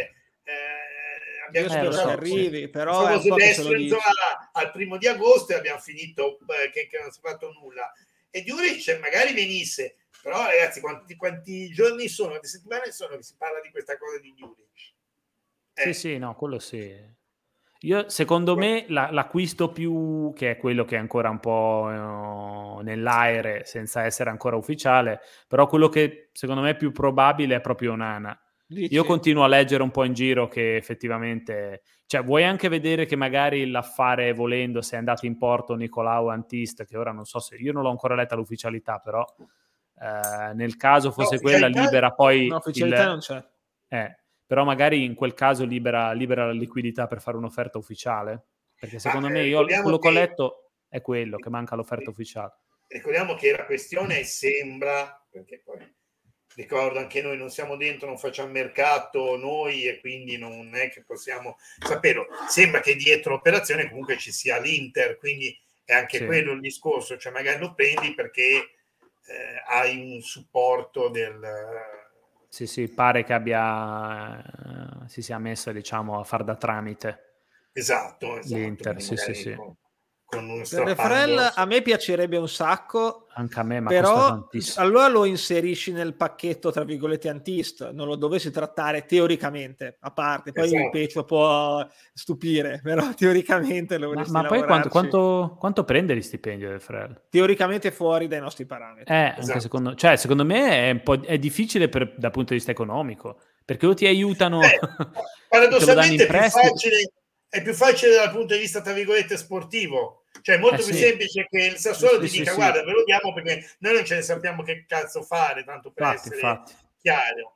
abbiamo
spero che arrivi, però è un po' che se lo dici.
al 1 agosto e abbiamo finito che non si è fatto nulla. E Djuric magari venisse, però ragazzi quanti giorni sono, quante settimane sono che si parla di questa cosa di Djuric?
Sì, no, quello sì. Io, secondo me, l'acquisto più, che è quello che è ancora un po' nell'aere, senza essere ancora ufficiale, però quello che secondo me è più probabile è proprio Onana. Io continuo a leggere un po' in giro che effettivamente, cioè vuoi anche vedere che magari l'affare volendo, se è andato in porto Nicolau Antist, che ora non so se, io non l'ho ancora letta l'ufficialità, però nel caso fosse quella libera poi...
L'ufficialità non c'è.
Però magari in quel caso libera la liquidità per fare un'offerta ufficiale, perché secondo me quello che ho letto è quello, che manca l'offerta ufficiale.
Ricordiamo che la questione sembra, perché poi ricordo anche noi non siamo dentro, non facciamo mercato noi e quindi non è che possiamo saperlo, sembra che dietro l'operazione comunque ci sia l'Inter, quindi è anche quello il discorso, cioè magari lo prendi perché hai un supporto del...
Sì, pare che si sia messo, diciamo, a far da tramite.
Esatto.
L'Inter, sì.
Con un
per De Vrel a me piacerebbe un sacco,
anche a me, ma
però allora lo inserisci nel pacchetto tra virgolette Antist, non lo dovessi trattare teoricamente a parte, poi il peggio può stupire, però teoricamente lo vorresti lavorarci.
Ma poi quanto prende di stipendio De Vrel?
Teoricamente fuori dai nostri parametri.
Anche secondo me è difficile dal punto di vista economico, perché o ti aiutano
paradossalmente è più facile dal punto di vista tra virgolette sportivo, cioè è molto più semplice che il Sassuolo ti dica guarda ve lo diamo perché noi non ce ne sappiamo che cazzo fare, tanto per essere chiaro,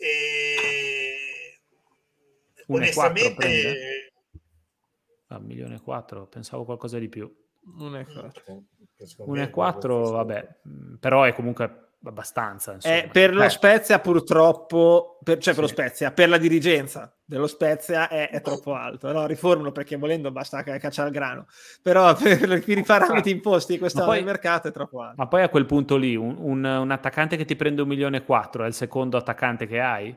e onestamente
1,4 milioni, pensavo qualcosa di più.
1,4
vabbè, però è comunque abbastanza, insomma.
Per lo Spezia purtroppo per lo Spezia, per la dirigenza dello Spezia è troppo alto, no, riformalo perché volendo basta cacciare il grano, però per i parametri imposti quest'anno nel mercato è troppo alto.
Ma poi a quel punto lì un attaccante che ti prende 1,4 milioni è il secondo attaccante che hai?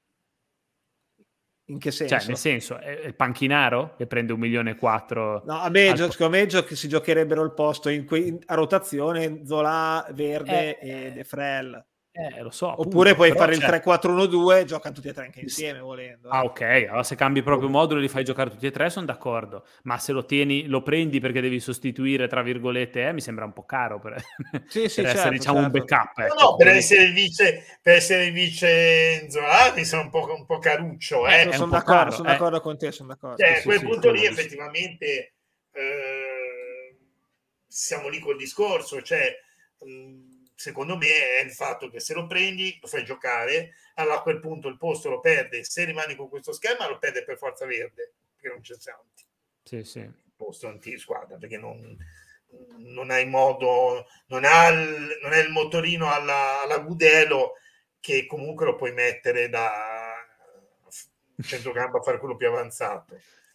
In che senso?
Cioè, nel senso, è il Panchinaro che prende 1,4 milioni?
No, a me che si giocherebbero il posto a rotazione Zola, Verde e De Vrel.
Lo so.
Oppure puoi fare il 3-4-1-2, giocano tutti e tre anche insieme volendo.
Ok, allora se cambi proprio modulo e li fai giocare tutti e tre sono d'accordo, ma se lo prendi perché devi sostituire tra virgolette mi sembra un po' caro per essere diciamo un backup.
No, per essere il vice Zola mi sono un po' caruccio.
Sono d'accordo con te, sono d'accordo.
A quel punto lì effettivamente siamo lì col discorso, cioè secondo me è il fatto che se lo prendi lo fai giocare, allora a quel punto il posto lo perde, se rimani con questo schema lo perde per forza Verde perché non c'è Santi, il posto anti-squadra, perché non hai modo, non è il motorino alla Gudelo che comunque lo puoi mettere da centrocampo a fare quello più avanzato.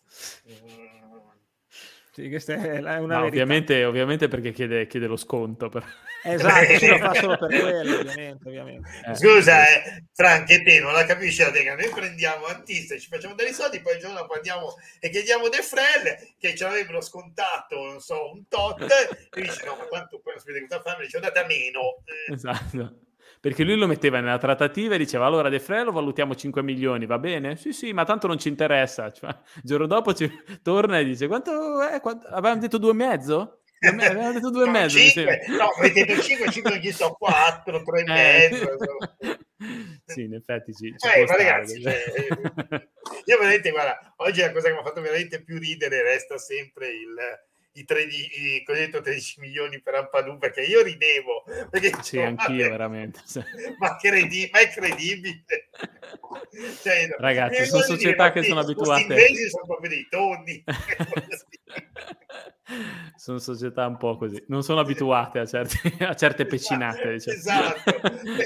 Sì, questa è una
verità. Ovviamente perché chiede lo sconto.
Esatto, si lo fa solo per quello, ovviamente.
Scusa, Frank, e te non la capisci la tecnica? Noi prendiamo Antista, ci facciamo dei soldi, poi il giorno dopo andiamo e chiediamo De Vrel che ci avrebbero scontato, non so, un tot, e dici no, ma quanto poi non sapete cosa fare, mi dice date a meno.
Esatto. Perché lui lo metteva nella trattativa e diceva allora De Vrel lo valutiamo 5 milioni, va bene? Sì, ma tanto non ci interessa. Cioè, il giorno dopo torna e dice quanto è? Avevamo detto 2,5? Avevamo detto 2,5.
5, no, avete detto 5 non gli so 4, 3,5.
Sì, in effetti ci
ma ragazzi, io veramente, guarda, oggi la cosa che mi ha fatto veramente più ridere resta sempre i cosiddetto 13 milioni per Ampadu, perché io ridevo perché
anch'io veramente
ma è credibile, cioè,
ragazzi sono società che sono abituate,
questi inglesi sono proprio dei tonni.
Sono società un po' così, non sono abituate a certe pecinate, diciamo.
Esatto.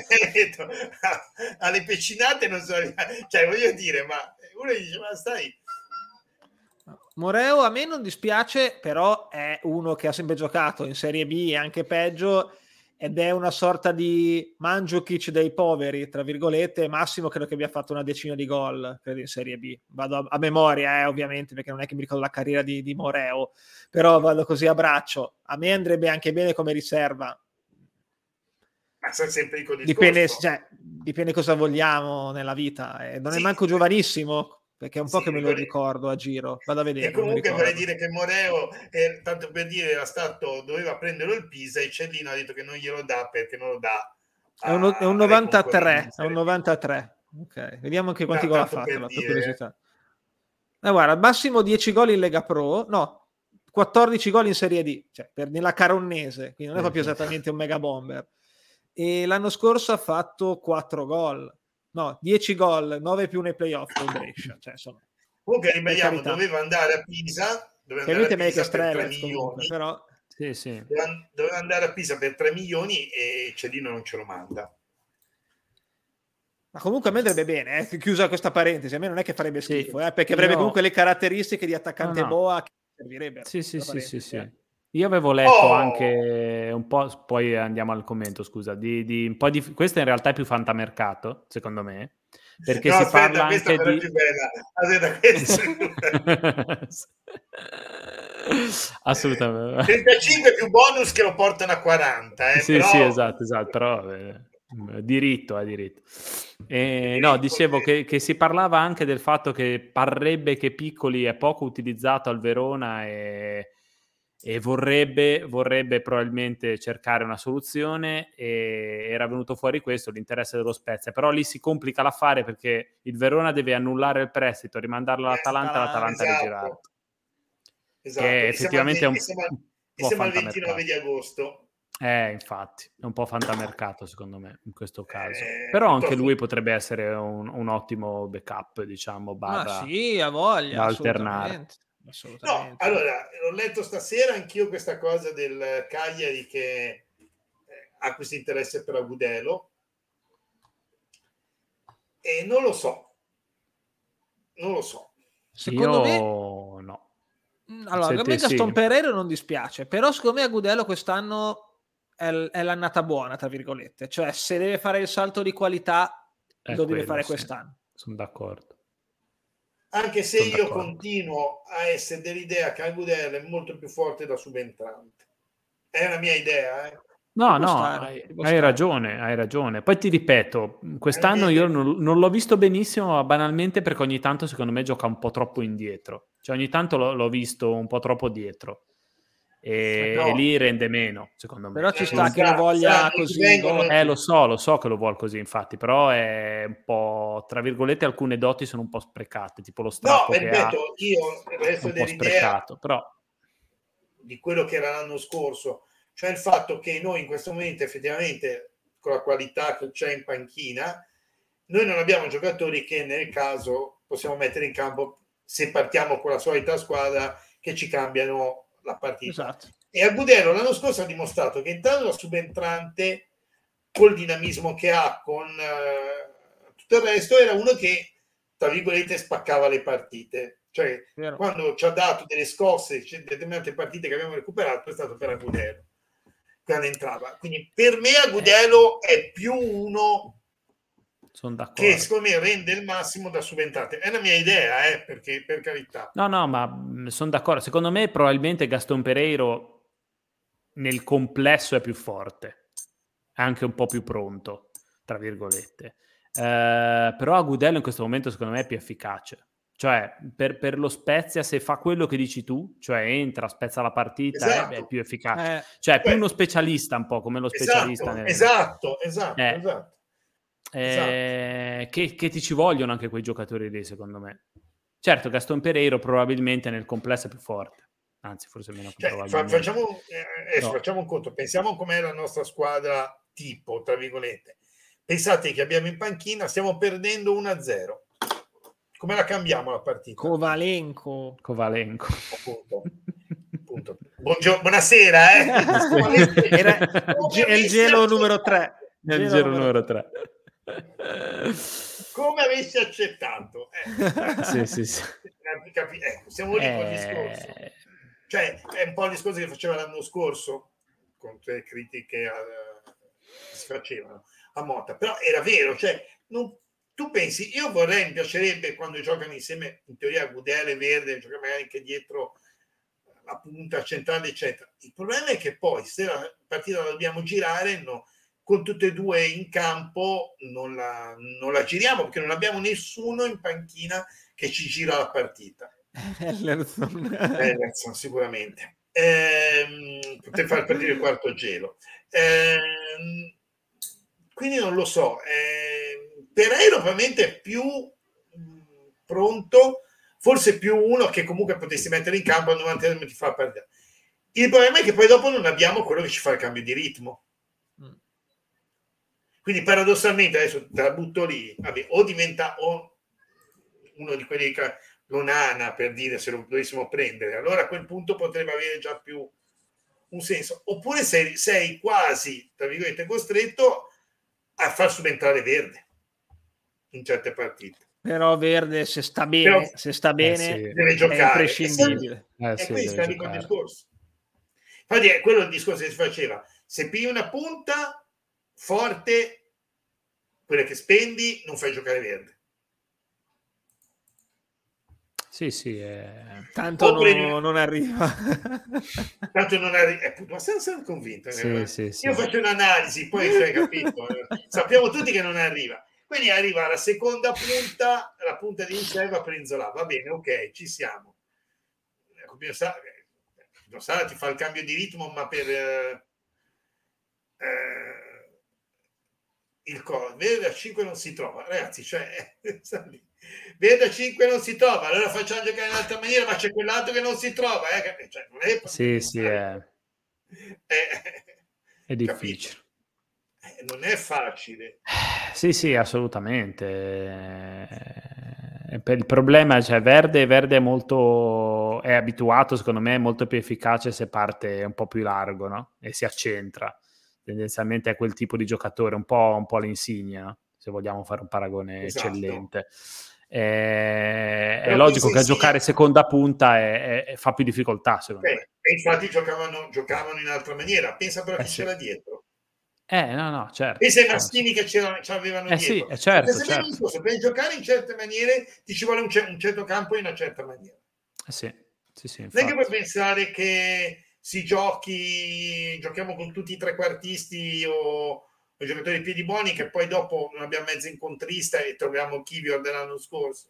Alle pecinate non sono, cioè voglio dire, ma uno dice ma stai.
Moreo a me non dispiace, però è uno che ha sempre giocato in Serie B e anche peggio, ed è una sorta di Mandžukić dei poveri, tra virgolette. Massimo credo che abbia fatto una decina di gol, credo, in Serie B. Vado a memoria, ovviamente, perché non è che mi ricordo la carriera di Moreo, però vado così a braccio. A me andrebbe anche bene come riserva.
Ma sono sempre con discorso.
Dipende cosa vogliamo nella vita. Non è manco giovanissimo, perché è un po' che me lo ricordo a giro. Vado a vedere.
E comunque vorrei dire che Moreo, tanto per dire, doveva prenderlo il Pisa e Cellino ha detto che non glielo dà perché non lo dà.
È un 93. È un 93. Ok, vediamo anche quanti gol ha fatto, per curiosità. Guarda, massimo 10 gol in Lega Pro, no, 14 gol in Serie D, cioè nella Caronnese, quindi non è proprio esattamente un mega bomber. E l'anno scorso ha fatto 4 gol, no, 10 gol, 9 più nei playoff con Brescia, cioè insomma.
Comunque ribadiamo, doveva andare a Pisa, per 3 milioni,
comunque, però
sì.
Doveva andare a Pisa per 3 milioni e Cellino non ce lo manda.
Ma comunque a me andrebbe bene, chiusa questa parentesi, a me non è che farebbe schifo, perché avrebbe comunque le caratteristiche di attaccante boa che servirebbero.
Sì. Io avevo letto anche un po', poi andiamo al commento, scusa, di un po' di questa in realtà è più fantamercato, secondo me, perché si parla
questa
anche di
più bella.
Assolutamente.
35 più bonus che lo portano a 40,
Sì,
però...
sì, esatto, però diritto. No, dicevo che si parlava anche del fatto che parrebbe che Piccoli è poco utilizzato al Verona e vorrebbe probabilmente cercare una soluzione, e era venuto fuori questo, l'interesse dello Spezia, però lì si complica l'affare perché il Verona deve annullare il prestito, rimandarlo all'Atalanta, l'Atalanta rigirarlo.
Esatto.
Che effettivamente è un po'
siamo al 29 di agosto.
Infatti, è un po' fantamercato secondo me in questo caso. Però anche lui potrebbe essere un ottimo backup, diciamo, barra,
sì, ha voglia,
da alternare.
No, allora, l'ho letto stasera anch'io questa cosa del Cagliari che ha questo interesse per Agudelo e non lo so.
Secondo me
no.
Allora, a me Gaston Pereiro non dispiace, però secondo me Agudelo quest'anno è l'annata buona, tra virgolette. Cioè, se deve fare il salto di qualità, lo deve fare quest'anno.
Sono d'accordo.
Anche se io continuo a essere dell'idea che Agudelo è molto più forte da subentrante. È una mia idea,
No, hai ragione. Poi ti ripeto, quest'anno io non l'ho visto benissimo, banalmente perché ogni tanto secondo me gioca un po' troppo indietro. Cioè ogni tanto l'ho visto un po' troppo dietro. E lì rende meno, secondo me.
Però ci sta che lo voglia così.
Lo so che lo vuol così, infatti, però è un po', tra virgolette, alcune doti sono un po' sprecate, tipo lo strappo che ha.
Io resto
un po' sprecato, però
di quello che era l'anno scorso, cioè il fatto che noi in questo momento effettivamente con la qualità che c'è in panchina, noi non abbiamo giocatori che nel caso possiamo mettere in campo se partiamo con la solita squadra che ci cambiano la partita.
Esatto.
E Agudelo l'anno scorso ha dimostrato che intanto da subentrante, col dinamismo che ha, con tutto il resto, era uno che tra virgolette spaccava le partite. Cioè, quando ci ha dato delle scosse, determinate partite che abbiamo recuperato, è stato per Agudelo quando entrava. Quindi per me Agudelo è più uno che secondo me rende il massimo da subentrante. È la mia idea, perché per carità.
No, ma sono d'accordo. Secondo me probabilmente Gaston Pereiro nel complesso è più forte, è anche un po' più pronto, tra virgolette. Però Agudelo in questo momento secondo me è più efficace. Cioè, per lo Spezia, se fa quello che dici tu, cioè entra, spezza la partita, è più efficace. Cioè, è più uno specialista, un po' come lo specialista.
Esatto.
Che ti ci vogliono anche quei giocatori lì, secondo me. Certo, Gaston Pereiro probabilmente nel complesso è più forte. Anzi, forse meno che probabilmente.
Facciamo un conto. Pensiamo com'è la nostra squadra tipo, tra virgolette. Pensate che abbiamo in panchina, stiamo perdendo 1-0. Come la cambiamo la partita?
Covalenco.
Appunto. Buonasera,
Era il gelo numero 3.
Il gelo numero 3.
Come avessi accettato.
Sì.
Siamo lì con il discorso. Cioè, è un po' il discorso che faceva l'anno scorso, con le critiche si facevano a Motta, però era vero, cioè tu pensi, mi piacerebbe quando giocano insieme, in teoria Gudel e Verde, giocano magari anche dietro la punta centrale, eccetera. Il problema è che poi, se la partita la dobbiamo girare, con tutte e due in campo non la giriamo, perché non abbiamo nessuno in panchina che ci gira la partita. Ellerson sicuramente. Potrei far partire il quarto gelo. Quindi non lo so. Pereira probabilmente è più pronto, forse più uno che comunque potessi mettere in campo al 90 minuti fa partita. Il problema è che poi dopo non abbiamo quello che ci fa il cambio di ritmo. Quindi paradossalmente adesso te la butto lì, vabbè, o diventa uno di quelli che Onana, per dire, se lo dovessimo prendere, allora a quel punto potrebbe avere già più un senso, oppure sei quasi, tra virgolette, costretto a far subentrare Verde in certe partite.
Però Verde, se sta bene,
sì, deve giocare, è
imprescindibile.
E qui sta lì col discorso. Infatti è quello il discorso che si faceva: se pigli una punta forte, quelle che spendi, non fai giocare Verde.
Sì.
Tanto non arriva.
Tanto non arriva. Ma sono convinto.
Sì.
Io faccio un'analisi, poi hai capito. Sappiamo tutti che non arriva. Quindi arriva la seconda punta, la punta di riserva per Inzola. Va bene, ok, ci siamo. Sala ti fa il cambio di ritmo, ma per il Verde a 5 non si trova, ragazzi, cioè Verde a 5 non si trova, allora facciamo giocare in un'altra maniera, ma c'è quell'altro che non si trova, cioè, non è
è difficile,
non è facile.
Sì, assolutamente. Il problema, cioè Verde è abituato, secondo me, è molto più efficace se parte un po' più largo, no? E si accentra. Tendenzialmente è quel tipo di giocatore, un po' l'Insigne, no? Se vogliamo fare un paragone eccellente. È logico che a giocare seconda punta fa più difficoltà, secondo me.
E infatti giocavano in altra maniera. Pensa però chi c'era dietro.
No, certo.
Pensa ai Mastini che avevano dietro.
Sì, certo.
Per giocare in certe maniere ti ci vuole un certo campo in una certa maniera.
Sì,
non è che puoi pensare che giochiamo con tutti i trequartisti o i giocatori piedi buoni, che poi dopo non abbiamo mezzo incontrista e troviamo Kivior dell'anno scorso.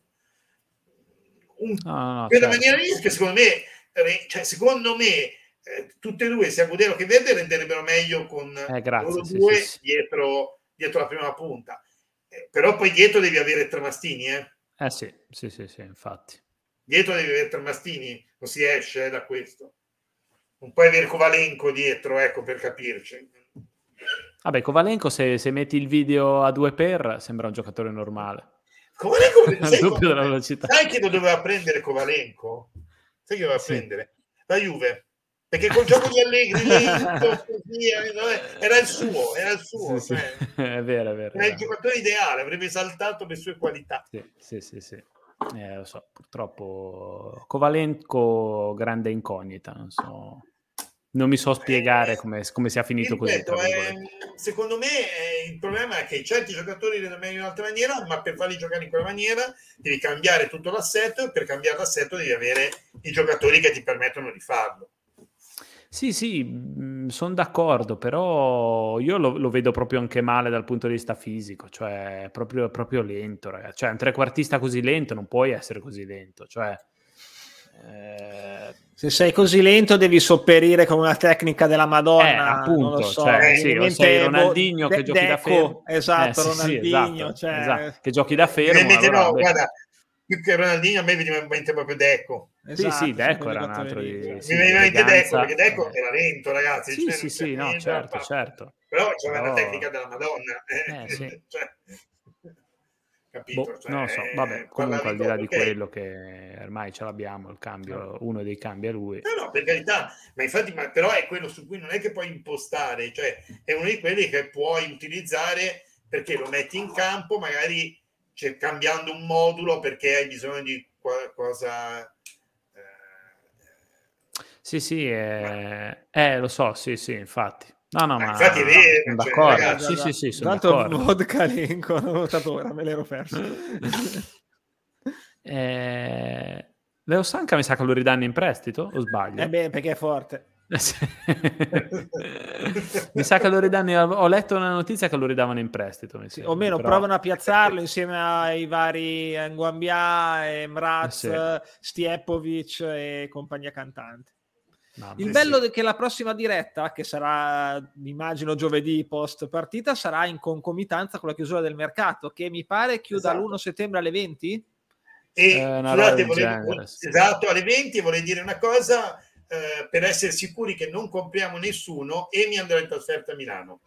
Quella maniera lì, che secondo me tutte e due, sia Gudelo che Verde, renderebbero meglio con loro due dietro la prima punta. Però poi dietro devi avere tre Mastini,
sì, infatti.
Dietro devi avere tre Mastini, non si esce da questo. Non puoi avere Kovalenko dietro, ecco, per capirci.
Vabbè, Kovalenko, se metti il video a 2x, sembra un giocatore normale.
Kovalenko,
sai
chi lo doveva prendere Kovalenko? Sai chi lo doveva prendere? La Juve. Perché col gioco di Allegri lento, così, era il suo.
Sì. È vero.
Era il giocatore ideale, avrebbe esaltato le sue qualità.
Sì. Lo so, purtroppo Kovalenko grande incognita, non mi so spiegare come sia finito così.
Secondo me il problema è che certi giocatori rendono meglio in un'altra maniera, ma per farli giocare in quella maniera devi cambiare tutto l'assetto, e per cambiare l'assetto devi avere i giocatori che ti permettono di farlo.
Sì, sono d'accordo, però io lo vedo proprio anche male dal punto di vista fisico, cioè proprio lento, ragazzi. Cioè un trequartista così lento non puoi essere così lento, cioè
se sei così lento devi sopperire con una tecnica della Madonna,
appunto,
non lo so,
o sei Ronaldinho che giochi da fermo,
esatto, Ronaldinho,
esatto, che giochi da fermo.
No, guarda, più che Ronaldinho a me veniva in mente proprio Deco.
Sì, Deco era un altro
mi veniva in mente Deco, perché Deco era lento, ragazzi.
Sì, no, certo.
Però c'era una tecnica della Madonna. Capito?
Non lo so, vabbè, comunque al di là di quello che ormai ce l'abbiamo, il cambio, uno dei cambi a lui.
No, per carità, ma infatti, però è quello su cui non è che puoi impostare, cioè è uno di quelli che puoi utilizzare perché lo metti in campo, magari cambiando un modulo perché hai bisogno di qualcosa.
Lo so, sì, infatti. No, ma
infatti è vero,
sono d'accordo.
Cioè,
sì, sono
tanto
d'accordo.
vodka Lincoln, ho notato ora, me l'ero perso.
Leo Sanca mi sa che lo ridanno in prestito, o sbaglio?
Perché è forte.
Mi sa che lo ridanno, ho letto una notizia che lo ridavano in prestito,
Sì, o meno
però...
provano a piazzarlo insieme ai vari Nguambia, Mraz, Stiepovic e compagnia cantante. Il bello è che la prossima diretta, che sarà immagino giovedì post partita, sarà in concomitanza con la chiusura del mercato, che mi pare chiuda l'1 settembre alle 20.
E scusate, esatto, alle 20 vorrei dire una cosa, per essere sicuri che non compriamo nessuno, e mi andrò in trasferta a Milano.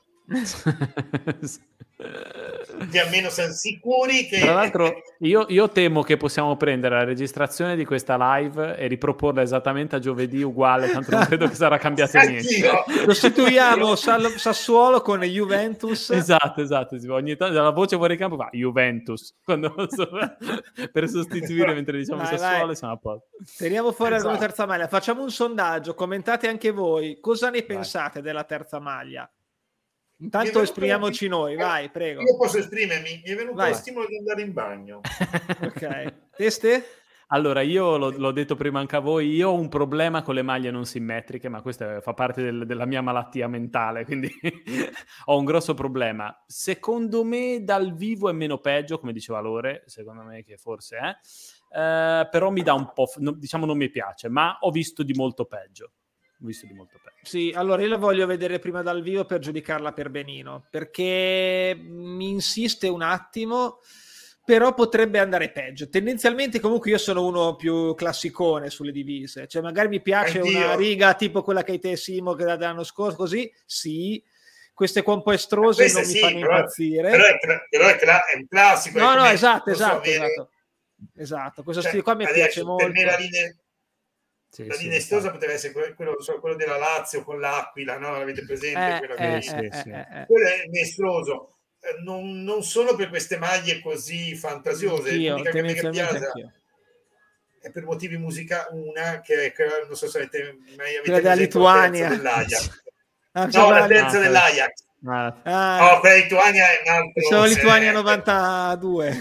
Che almeno siamo sicuri che...
Tra l'altro io temo che possiamo prendere la registrazione di questa live e riproporla esattamente a giovedì uguale, tanto non credo che sarà cambiato niente.
Sostituiamo Sassuolo con Juventus.
Esatto, ogni tanto dalla voce fuori campo va Juventus per sostituire mentre diciamo Sassuolo e siamo a posto.
Teniamo fuori la terza maglia, facciamo un sondaggio, commentate anche voi, cosa ne pensate della terza maglia? Intanto esprimiamoci noi, vai, prego.
Io posso esprimermi? Mi è venuto lo stimolo di andare in bagno.
Ok. Teste?
Allora, io l'ho detto prima anche a voi, io ho un problema con le maglie non simmetriche, ma questo fa parte della mia malattia mentale, quindi ho un grosso problema. Secondo me dal vivo è meno peggio, come diceva Lore, secondo me che forse è, però mi dà un po', diciamo non mi piace, ma ho visto di molto peggio.
Sì, allora io la voglio vedere prima dal vivo per giudicarla per benino, perché mi insiste un attimo, però potrebbe andare peggio. Tendenzialmente comunque io sono uno più classicone sulle divise, cioè magari mi piace una riga tipo quella che hai te Simo che dall'anno scorso, così sì, queste qua un po' estrose non mi fanno impazzire.
Però è un classico.
No, esatto. Questo stile qua mi piace molto.
Per me la linea estosa poteva essere quello della Lazio con l'Aquila, no? L'avete presente? Quello è maestoso. Non sono per queste maglie così fantasiose. L'unica che mi piace è per motivi musicali, una che non so se avete mai
della Lituania
dell'Ajax. La terza dell'Ajax. Quella Lituania è un altro.
Sono Lituania 92.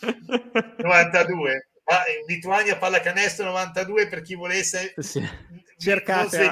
92. In Lituania pallacanestro 92 per chi volesse.
Cercate.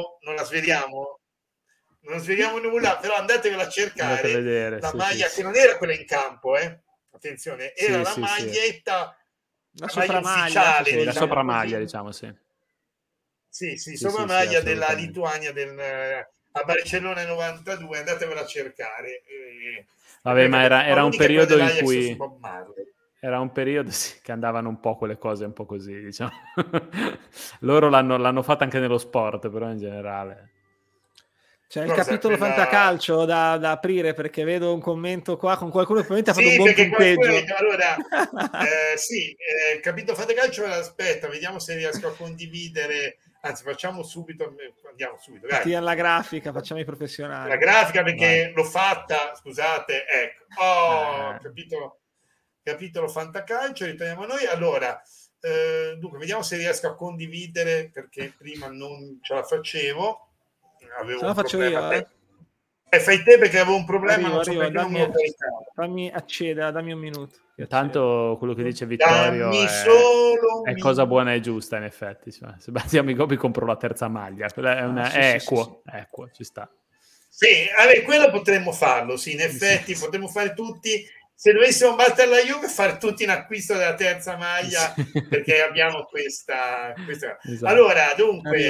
Non sveliamo nulla, però andatevela a cercare
vedere,
la maglia che non era quella in campo, attenzione, era la maglietta,
la sopramaglia
ufficiale,
la sopramaglia, diciamo,
sopramaglia della Lituania a Barcellona 92, andatevela a cercare.
Vabbè, ma era un periodo in cui era un periodo che andavano un po' quelle cose un po' così, diciamo. Loro l'hanno fatta anche nello sport, però in generale.
C'è il capitolo fantacalcio da aprire, perché vedo un commento qua con qualcuno che probabilmente ha fatto un buon punteggio.
Allora, il capitolo fantacalcio aspetta, vediamo se riesco a condividere. Anzi, facciamo subito, andiamo subito.
Tira la grafica, facciamo i professionali.
La grafica perché l'ho fatta, scusate, ecco. Capitolo fantacalcio, ritorniamo a noi. Allora, dunque, vediamo se riesco a condividere, perché prima non ce la facevo.
Se la faccio io,
fai te perché avevo un problema, non so perché non me lo
fammi accedere, dammi un minuto.
Intanto quello che dice Vittorio è cosa buona e giusta, in effetti. Se battiamo i Gobi compro la terza maglia, quella è equo, ci sta.
Sì, quello potremmo farlo, in effetti potremmo fare tutti. Se dovessimo battere la Juve, fare tutti in acquisto della terza maglia, perché abbiamo questa. Esatto. Allora, dunque,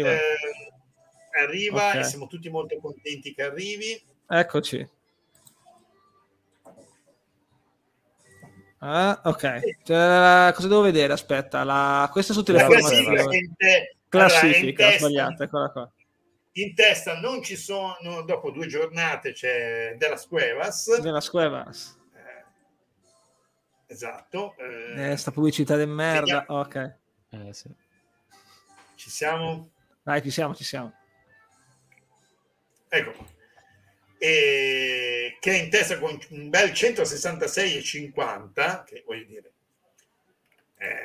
arriva e siamo tutti molto contenti che arrivi.
Eccoci. Ok. Cosa devo vedere? Aspetta, questa è su teleformazione. Classifica, sbagliata, eccola qua.
In testa non ci sono, dopo 2 giornate c'è De Las Cuevas. Esatto.
Sta pubblicità di merda. Ok.
Sì. Ci siamo?
Dai, ci siamo.
Ecco. Che è in testa con un bel 166,50, che voglio dire,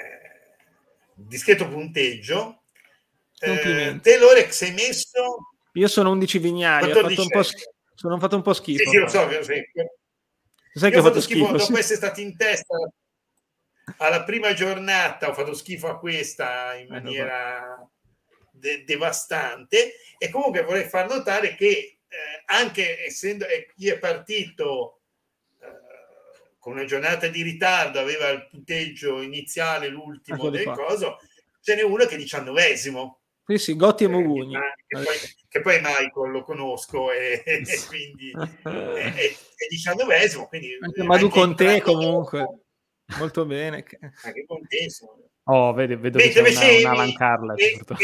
discreto punteggio. Te Lore sei messo
Io sono 11 Vignali, ho fatto un po' schifo.
Sì, lo so.
Sai che ho fatto schifo
dopo essere stati in testa alla prima giornata, ho fatto schifo a questa in maniera devastante. E comunque vorrei far notare che anche essendo chi è partito con una giornata di ritardo, aveva il punteggio iniziale, l'ultimo del coso, ce n'è uno che è 19esimo.
Sì, Gotti e Mogugni.
Che poi Michael lo conosco e quindi è 19esimo. Quindi
anche Madu con te comunque. Molto bene.
Anche con te.
Vedo che c'è una Alan Carla.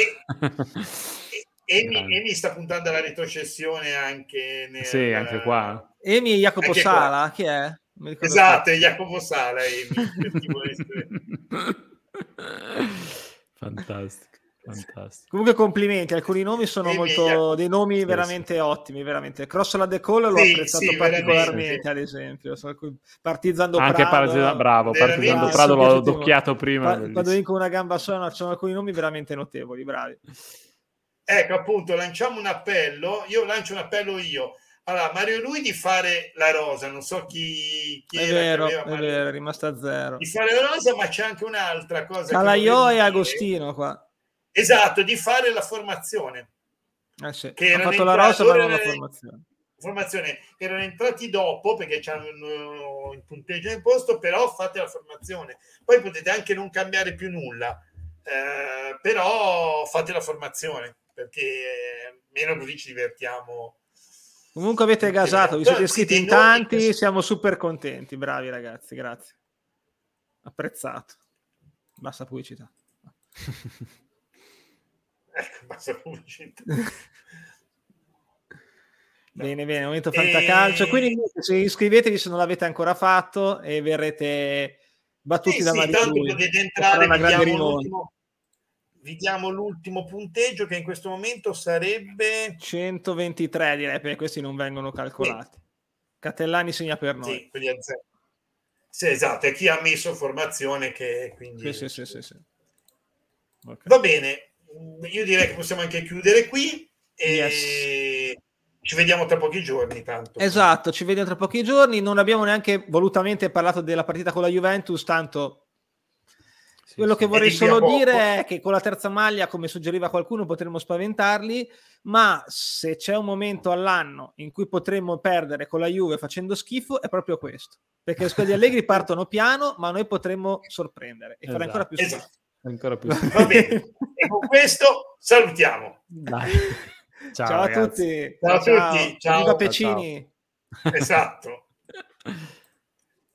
Emi sta puntando alla retrocessione anche
sì, anche qua.
Emi e Jacopo Sala, chi è?
Esatto, è Jacopo Sala.
Fantastico.
Comunque complimenti, alcuni nomi sono dei nomi veramente ottimi, veramente. Crossola De Colo l'ho apprezzato particolarmente, ad esempio. Partizando
anche
Prado,
Partizando Prado l'ho docchiato prima.
Quando vinco una gamba sola, ci sono alcuni nomi veramente notevoli, bravi.
Ecco, appunto, lanciamo un appello. Io lancio un appello io. Allora, Mario Lui di fare la rosa, non so chi
è vero, è rimasta a zero.
Di fare la rosa, ma c'è anche un'altra cosa.
Calaiò e Agostino qua.
Esatto, di fare la formazione.
Sì. Che hanno fatto la rosa, ma non la
formazione. Erano entrati dopo perché c'hanno il punteggio imposto, però fate la formazione. Poi potete anche non cambiare più nulla, però fate la formazione, perché meno così ci divertiamo.
Comunque avete gasato, vi siete iscritti in tanti, siamo super contenti, bravi ragazzi, grazie. Apprezzato. Basta pubblicità.
Basta pubblicità.
Bene, momento fantacalcio. Quindi iscrivetevi se non l'avete ancora fatto e verrete battuti da Mario.
Tanto potete entrare, vediamo l'ultimo punteggio che in questo momento sarebbe
123, direi, perché questi non vengono calcolati. Catellani segna per noi.
Sì, quelli a zero. Sì, esatto, è chi ha messo formazione che quindi
sì.
Okay. Va bene, io direi che possiamo anche chiudere qui e ci vediamo tra pochi giorni tanto.
Esatto, ci vediamo tra pochi giorni. Non abbiamo neanche volutamente parlato della partita con la Juventus, tanto quello che vorrei solo dire è che con la terza maglia, come suggeriva qualcuno, potremmo spaventarli, ma se c'è un momento all'anno in cui potremmo perdere con la Juve facendo schifo è proprio questo, perché le squadre Allegri partono piano, ma noi potremmo sorprendere e fare ancora più schifo.
Ancora più.
Va bene, e con questo salutiamo.
Ciao a tutti.
Ciao a tutti.
Ciao. Viva Pecini.
Esatto.